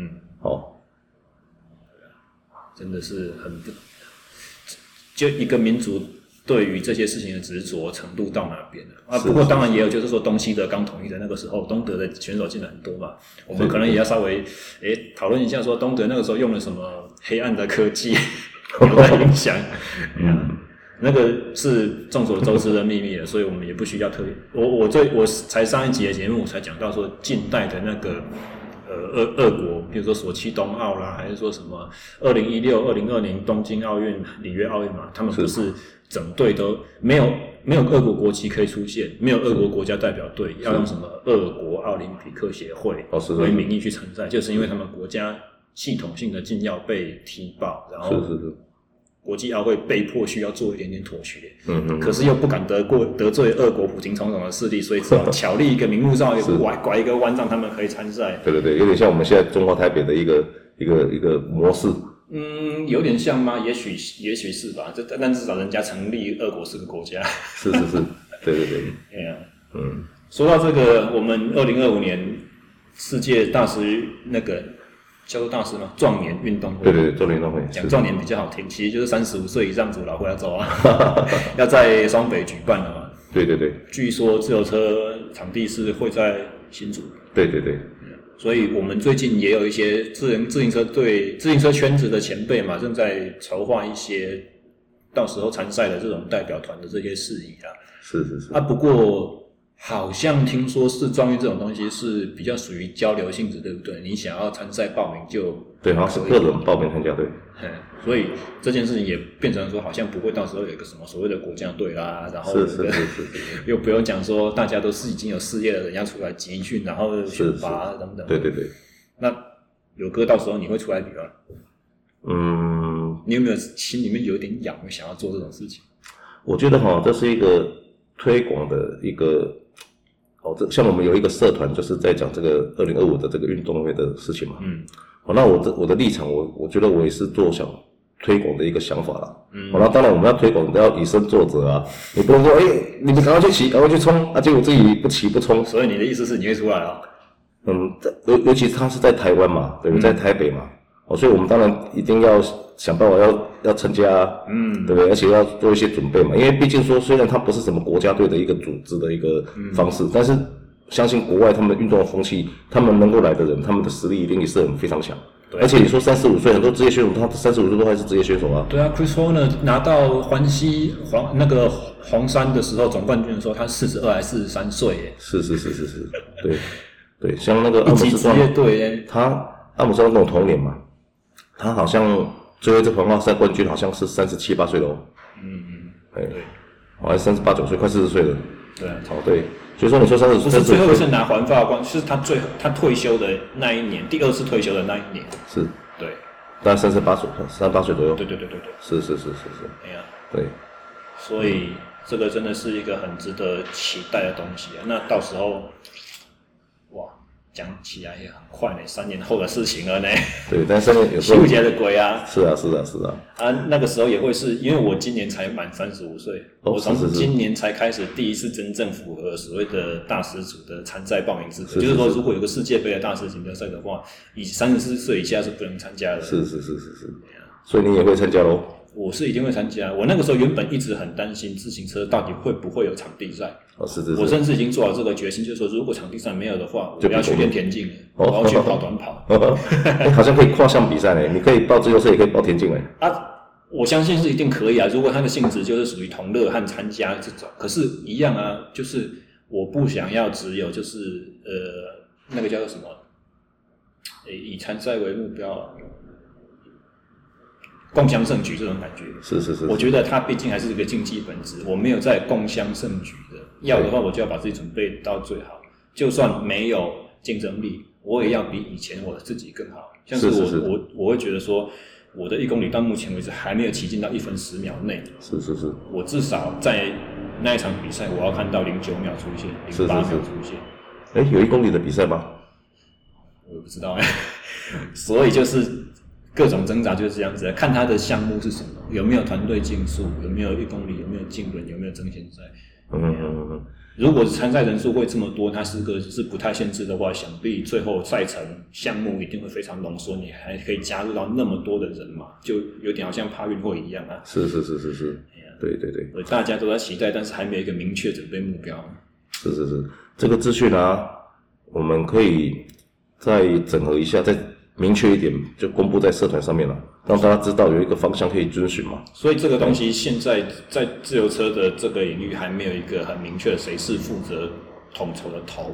真的是很不。就一个民族对于这些事情的执着程度到哪边了不过当然也有就是说东西德刚统一的那个时候，东德的选手进来很多嘛，我们可能也要稍微讨论一下说东德那个时候用了什么黑暗的科技有在影响。那个是众所周知的秘密了，所以我们也不需要特别。我才上一集的节目我才讲到说近代的那个俄国，比如说索契冬奥啦，还是说什么2016、2020东京奥运、里约奥运嘛，他们不是整队都没有俄国国旗可以出现，没有俄国国家代表队，要用什么俄国奥林匹克协会为名义去参赛，就是因为他们国家系统性的禁药被踢爆，然后国际奥会被迫需要做一点点妥协，可是又不敢得罪俄国普京总统的势力，所以只好巧立一个名目上拐一个弯，让他们可以参赛。对， 有点像我们现在中华台北的一个模式。 有点像吗？也许是吧。但至少人家成立俄国是个国家。 是，对。 说到这个，我们2025年世界大师那个。叫做大师吗？壮年运动会。 对，壮年运动会。 讲壮年比较好听，其实就是35岁以上主老会要走啊，要在双北举办了嘛。 对。 据说自由车场地是会在新竹。 对。 所以我们最近也有一些自行车圈子的前辈嘛，正在筹划一些到时候参赛的这种代表团的这些事宜啊。 是。 不过好像听说世壮运这种东西是比较属于交流性质，对不对？你想要参赛报名就对，好像是个人报名参加，对。 所以这件事情也变成说，好像不会到时候有一个什么所谓的国家队啦，然后又不用讲说大家都是已经有事业的人要出来集训，然后选拔等等。 对。 那有哥到时候你会出来比吗？你有没有心里面有点痒，想要做这种事情？ 我觉得这是一个推广的一个。像我们有一个社团，就是在讲这个2025的这个运动会的事情嘛。那我的立场，我觉得我也是做想推广的一个想法啦。那当然我们要推广都要以身作则啊，你不能说你们赶快去骑，赶快去冲，结果自己不骑不冲。 所以你的意思是你会出来啊？ 尤其他是在台湾嘛，对不对？在台北嘛，所以我们当然一定要想办法要参加对不对？而且要做一些准备嘛，因为毕竟说虽然它不是什么国家队的一个组织的一个方式，但是相信国外他们的运动风气，他们能够来的人，他们的实力一定也是非常强。而且你说35岁，很多职业选手他35岁都还是职业选手啊。 对啊 ，Chris Horner 拿到环西那个红山的时候总冠军的时候，他42还43岁耶。 是，对，像那个阿姆斯壮，他阿姆斯壮跟我同年嘛，他好像最后一次环法赛冠军好像是37、8岁了。对，好像38、9岁，快40岁了。 对， 对。所以说你说30， 不是最后一次拿环法冠军，是他退休的那一年，第2次退休的那一年。 是， 对， 大概38岁左右。 对。 是。 哎呀， 对。 所以这个真的是一个很值得期待的东西啊！那到时候，哇，讲起来也很快呢，3年后的事情了呢。 对，但是有时候休假的鬼啊！ 是啊。 那个时候也会是因为我今年才满35岁，我从今年才开始第一次真正符合所谓的大师组的参赛报名资格，就是说如果有个世界杯的大师锦标赛的话，以34岁以下是不能参加的。 是。所以你也会参加咯？ 我是一定会参加。我那个时候原本一直很担心自行车到底会不会有场地赛。 是。 我甚至已经做好这个决心，就是说如果场地赛没有的话，我要去练田径了，我要去跑短跑。 好像可以跨项比赛呢，你可以报自由车，也可以报田径我相信是一定可以啊。如果它的性质就是属于同乐和参加这种，可是一样啊，就是我不想要只有就是那个叫做什么，以参赛为目标。共襄盛举这种感觉是， 我觉得它毕竟还是一个竞技本质，我没有在共襄盛举的，要的话我就要把自己准备到最好，就算没有竞争力，我也要比以前我自己更好。像是我会觉得说，我的1公里到目前为止还没有骑进到1分10秒内， 是， 我至少在那一场比赛我要看到09秒出现，08秒出现。 有1公里的比赛吗？ 我不知道所以就是各种挣扎就是这样子，看他的项目是什么，有没有团队竞速，有没有1公里，有没有竞轮，有没有争先赛。如果参赛人数会这么多，它是不太限制的话，想必最后赛程项目一定会非常浓缩，你还可以加入到那么多的人嘛，就有点好像帕运会一样啊。 是，对， 大家都在期待，但是还没有一个明确准备目标。 是，这个资讯啊，我们可以再整合一下，再明确一点，就公布在社团上面了，让大家知道有一个方向可以遵循嘛。 所以这个东西现在在自由车的这个领域还没有一个很明确的谁是负责统筹的头。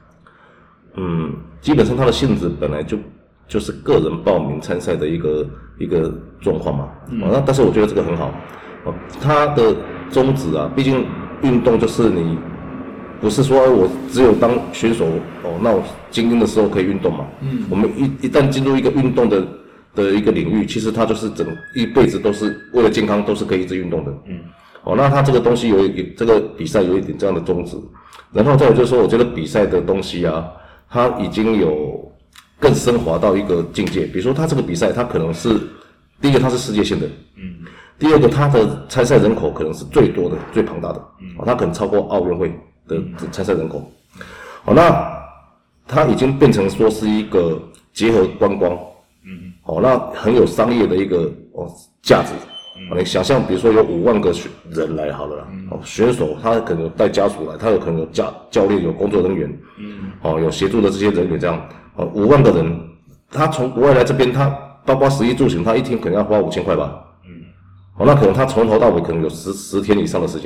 基本上它的性质本来就是个人报名参赛的一个状况嘛。那但是我觉得这个很好。它的宗旨啊，毕竟运动就是你。不是说我只有当选手那我精英的时候可以运动嘛？我们一旦进入一个运动的一个领域，其实它就是一辈子都是为了健康，都是可以一直运动的。那它这个东西这个比赛有一点这样的宗旨，然后再有就是说，我觉得比赛的东西啊，它已经有更升华到一个境界。比如说，它这个比赛，它可能是第一个，它是世界性的。第二个，它的参赛人口可能是最多的、最庞大的。它可能超过奥运会的参赛人口。那它已经变成说是一个结合观光，那很有商业的一个价值。你想象，比如说有5万个人来好了啦，选手他可能有带家属来，他有可能有教练，有工作人员，有协助的这些人员这样，5万个人，他从国外来这边，他包括食衣住行，他一天可能要花5000块吧，那可能他从头到尾可能有10天以上的时间，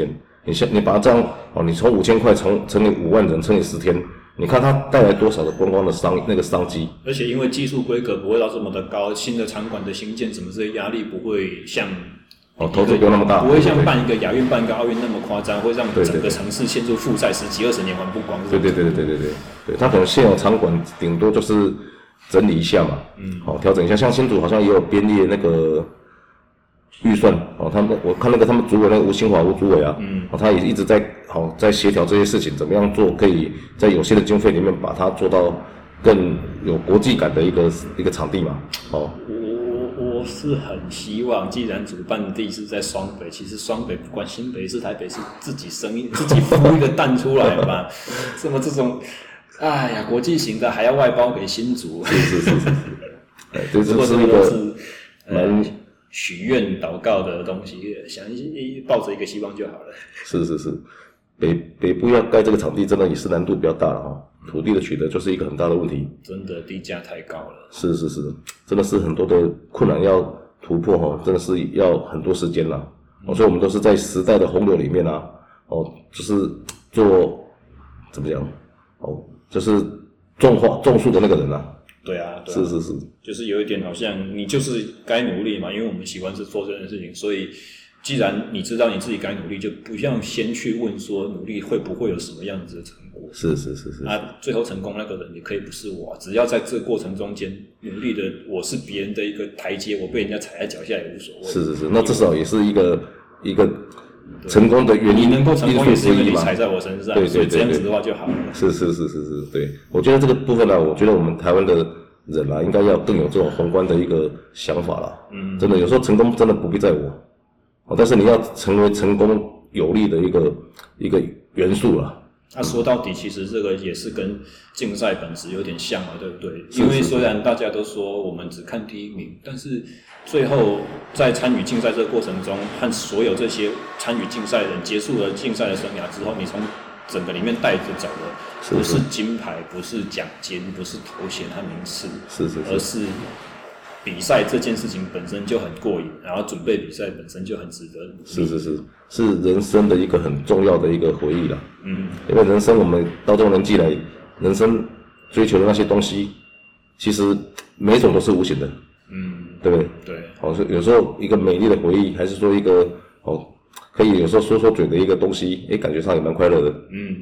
你把它这样你从5000块乘以5万人乘以10天，你看它带来多少的观光的商机。 而且因为技术规格不会到这么的高，新的场馆的兴建什么这些压力不会像投资不用那么大， 不会像办一个亚运、办一个奥运那么夸张，会让整个城市陷入负债10几20年还不光。 对，它可能现有场馆顶多就是整理一下嘛，调整一下。像新竹好像也有编列那个预算我看他们主委那个吴新华吴主委啊，他也一直在协调这些事情，怎么样做可以在有限的经费里面把它做到更有国际感的一个场地嘛， 我是很希望，既然主办地是在双北，其实双北不管新北市、台北市自己生意自己孵一个蛋出来嘛，什么这种，哎呀，国际型的还要外包给新竹， 是，这是一个许愿祷告的东西，想抱着一个希望就好了。 是，北部要盖这个场地，真的也是难度比较大了土地的取得就是一个很大的问题， 真的地价太高了。 是，真的是很多的困难要突破真的是要很多时间啦。所以我们都是在时代的洪流里面就是做怎么讲就是种树的那个人啊。 对啊， 是， 就是有一点好像你就是该努力嘛，因为我们喜欢是做这件事情，所以既然你知道你自己该努力，就不要先去问说努力会不会有什么样子的成果。 是。 最后成功那个人也可以不是我，只要在这个过程中间努力的，我是别人的一个台阶，我被人家踩在脚下也无所谓。是， 那至少也是一个成功的原因， 你能够成功也是因为你踩在我身上， 对， 所以这样子的话就好了。 是，对，我觉得这个部分我觉得我们台湾的人应该要更有这种宏观的一个想法啦。真的有时候成功真的不必在我，但是你要成为成功有利的一个元素啦。 说到底，其实这个也是跟竞赛本质有点像嘛，对不对？因为虽然大家都说我们只看第1名，但是最后在参与竞赛这个过程中，和所有这些参与竞赛的人结束了竞赛的生涯之后，你从整个里面带着走的不是金牌，不是奖金，不是头衔和名次，而是比赛这件事情本身就很过瘾，然后准备比赛本身就很值得努力。 是人生的一个很重要的一个回忆啦。因为人生我们到这个年纪来，人生追求的那些东西，其实每一种都是无形的。对不对？对。有时候一个美丽的回忆，还是说一个可以有时候说嘴的一个东西，感觉上也蛮快乐的。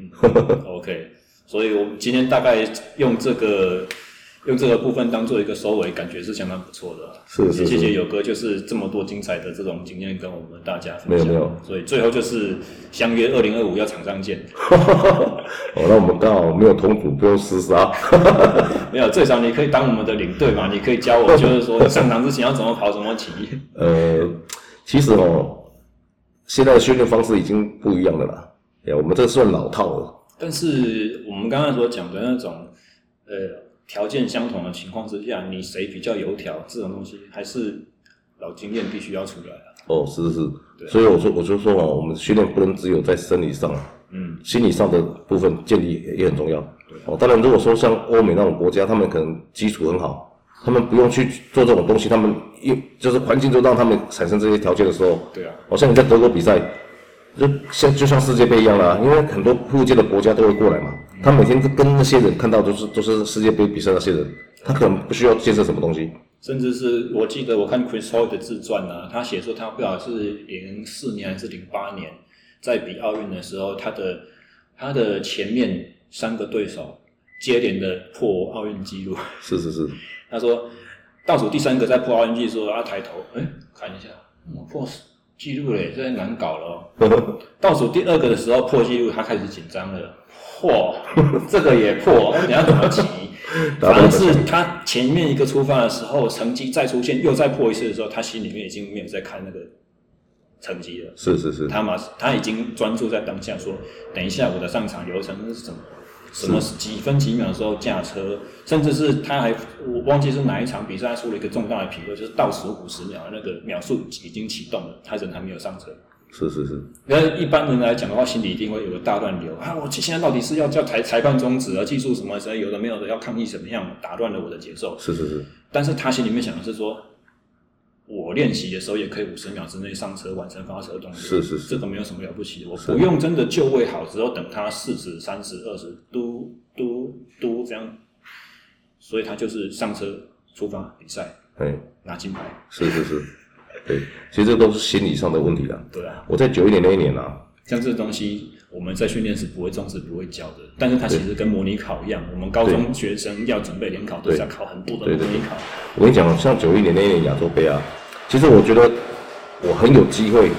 OK， 所以我们今天大概用这个部分当做一个收尾，感觉是相当不错的。 是， 谢谢友哥，就是这么多精彩的这种经验跟我们大家分享。 没有， 所以最后就是相约2025要场上见。 那我们刚好没有同组，不用厮杀。 没有，最少你可以当我们的领队嘛，你可以教我，就是说上场之前要怎么跑，怎么骑。 其实现在的训练方式已经不一样了啦。我们这算老套了。 但是我们刚刚所讲的那种条件相同的情况之下，你谁比较油条这种东西，还是老经验必须要出来了。 是，所以我就说我们训练不能只有在生理上，心理上的部分建立也很重要。当然如果说像欧美那种国家，他们可能基础很好，他们不用去做这种东西，他们就是环境就让他们产生这些条件的时候， 对啊， 像你在德国比赛，就像世界杯一样啦，因为很多附近的国家都会过来嘛，他每天跟那些人看到都是世界杯比赛那些人，他可能不需要建设什么东西。 甚至是我记得我看 Chris Hoy 的自传啊，他写说他不知道是04年还是08年在比奥运的时候，他的前面3个对手接连的破奥运纪录。 是， 他说倒数第3个在破奥运纪录的时候，他抬头看一下，破纪录嘞，这难搞了倒数第2个的时候破纪录，他开始紧张了。这个也破，你要怎么骑？反而是他前面一个出发的时候，成绩再出现又再破一次的时候，他心里面已经没有在看那个成绩了。 是， 他已经专注在当下，说等一下我的上场流程是什么几分几秒的时候驾车，甚至是我忘记是哪一场比赛，他出了一个重大的纰漏，就是倒数50秒那个秒数已经启动了，他人还没有上车。 是。 那一般人来讲的话，心里一定会有个大乱流我现在到底是要叫裁判终止技术什么有的没有的，要抗议什么样，打乱了我的节奏。 是。 但是他心里面想的是说， 我练习的时候也可以50秒之内上车完成发车动作， 是， 这个没有什么了不起的，我不用真的就位好之后等它40、30、20嘟嘟嘟这样，所以他就是上车出发比赛，拿金牌， 是，对，其实这都是心理上的问题啦。 对啊， 我在91年那一年啊， 像这东西我们在训练时不会重视不会教的，但是它其实跟模拟考一样，我们高中学生要准备联考都是要考很多的模拟考。 我跟你讲，像91年那一年亚洲杯啊，其实我觉得我很有机会，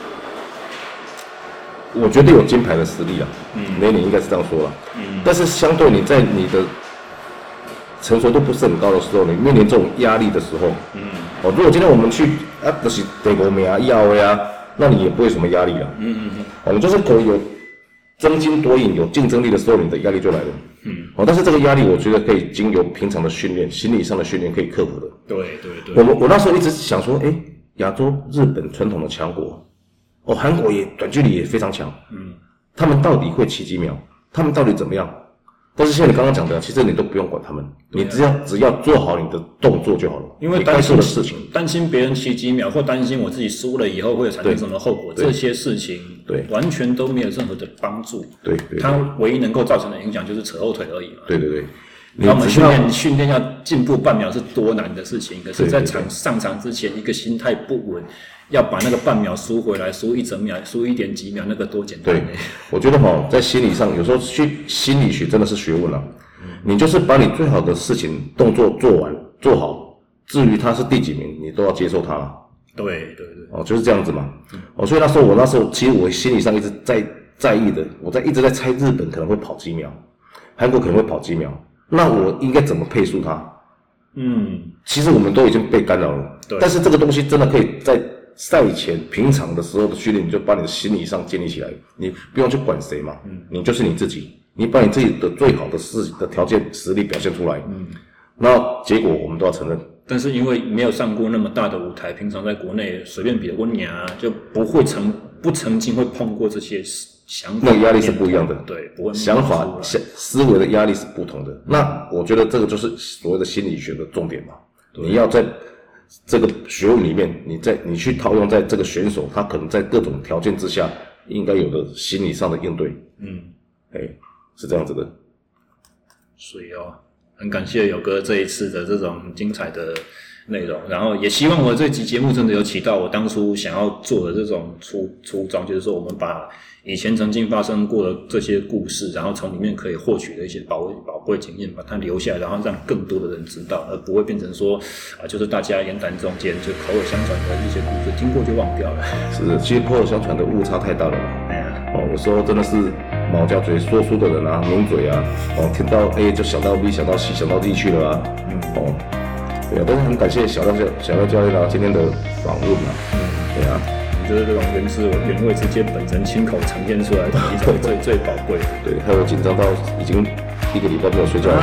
我觉得有金牌的实力啊。那一年应该是这样说啦。但是相对你在你的成熟度不是很高的时候，你面临这种压力的时候，如果今天我们去就是第5名啊、1位啊，那你也不会有什么压力啊。你就是可以有争金夺银、有竞争力的时候，你的压力就来了。但是这个压力，我觉得可以经由平常的训练、心理上的训练可以克服的。 对。 我那时候一直想说，亚洲、日本传统的强国，韩国也短距离也非常强。他们到底会骑几秒？他们到底怎么样？但是像你刚刚讲的，其实你都不用管他们，你只要做好你的动作就好了。 因为该做的事情， 担心别人骑几秒，或担心我自己输了以后会产生什么后果，这些事情完全都没有任何的帮助。 对， 它唯一能够造成的影响就是扯后腿而已嘛。 对。 那我们训练要进步半秒是多难的事情，可是在上场之前，一个心态不稳，要把那个半秒输回来，输1整秒，输1点几秒，那个多简单。对， 我觉得在心理上，有时候去心理学真的是学问啊。你就是把你最好的事情动作做好，至于他是第几名，你都要接受他。 对。 就是这样子嘛。所以我那时候其实我心理上一直在意的，一直在猜日本可能会跑几秒，韩国可能会跑几秒。那我应该怎么配速它？其实我们都已经被干扰了。但是这个东西真的可以在赛前平常的时候的训练，你就把你的心理上建立起来，你不用去管谁嘛，你就是你自己，你把你自己的最好的条件实力表现出来，那结果我们都要承认。 但是因为没有上过那么大的舞台，平常在国内随便比的温雅就不曾经会碰过这些想法， 那个压力是不一样的。 对，不会想法思维的压力是不同的。那我觉得这个就是所谓的心理学的重点嘛。你要在这个学问里面，你去套用在这个选手他可能在各种条件之下应该有的心理上的应对。是这样子的。 所以很感谢友哥这一次的这种精彩的内容，然后也希望我这期节目真的有起到我当初想要做的这种初衷，就是说我们把以前曾经发生过的这些故事，然后从里面可以获取的一些宝贵经验，把它留下来，然后让更多的人知道，而不会变成说就是大家言谈中间就口耳相传的一些故事，听过就忘掉了。 是，其实口耳相传的误差太大了嘛。有时候真的是毛家嘴说书的人啊，名嘴啊，听到 A 就想到 B， 想到 C， 想到 D 去了啊。对啊，但是很感谢小廖教练今天的访问啊。对啊。 就是这种原味直接本人亲口呈现出来的一种最宝贵的。 对，害我紧张到已经1个礼拜没有睡觉了。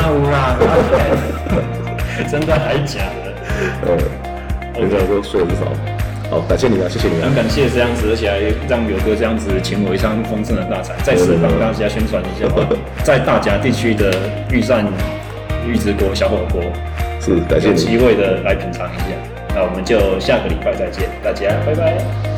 真的还假的？ 现在都睡得不少。好，感谢你啊，谢谢你啊。 很感谢这样子，而且还让友哥这样子请我一场丰盛的大餐，再次帮大家宣传一下，在大甲地区的玉山玉之锅小火锅， 是感谢你， 有机会的来品尝一下。那我们就下个礼拜再见，大家拜拜。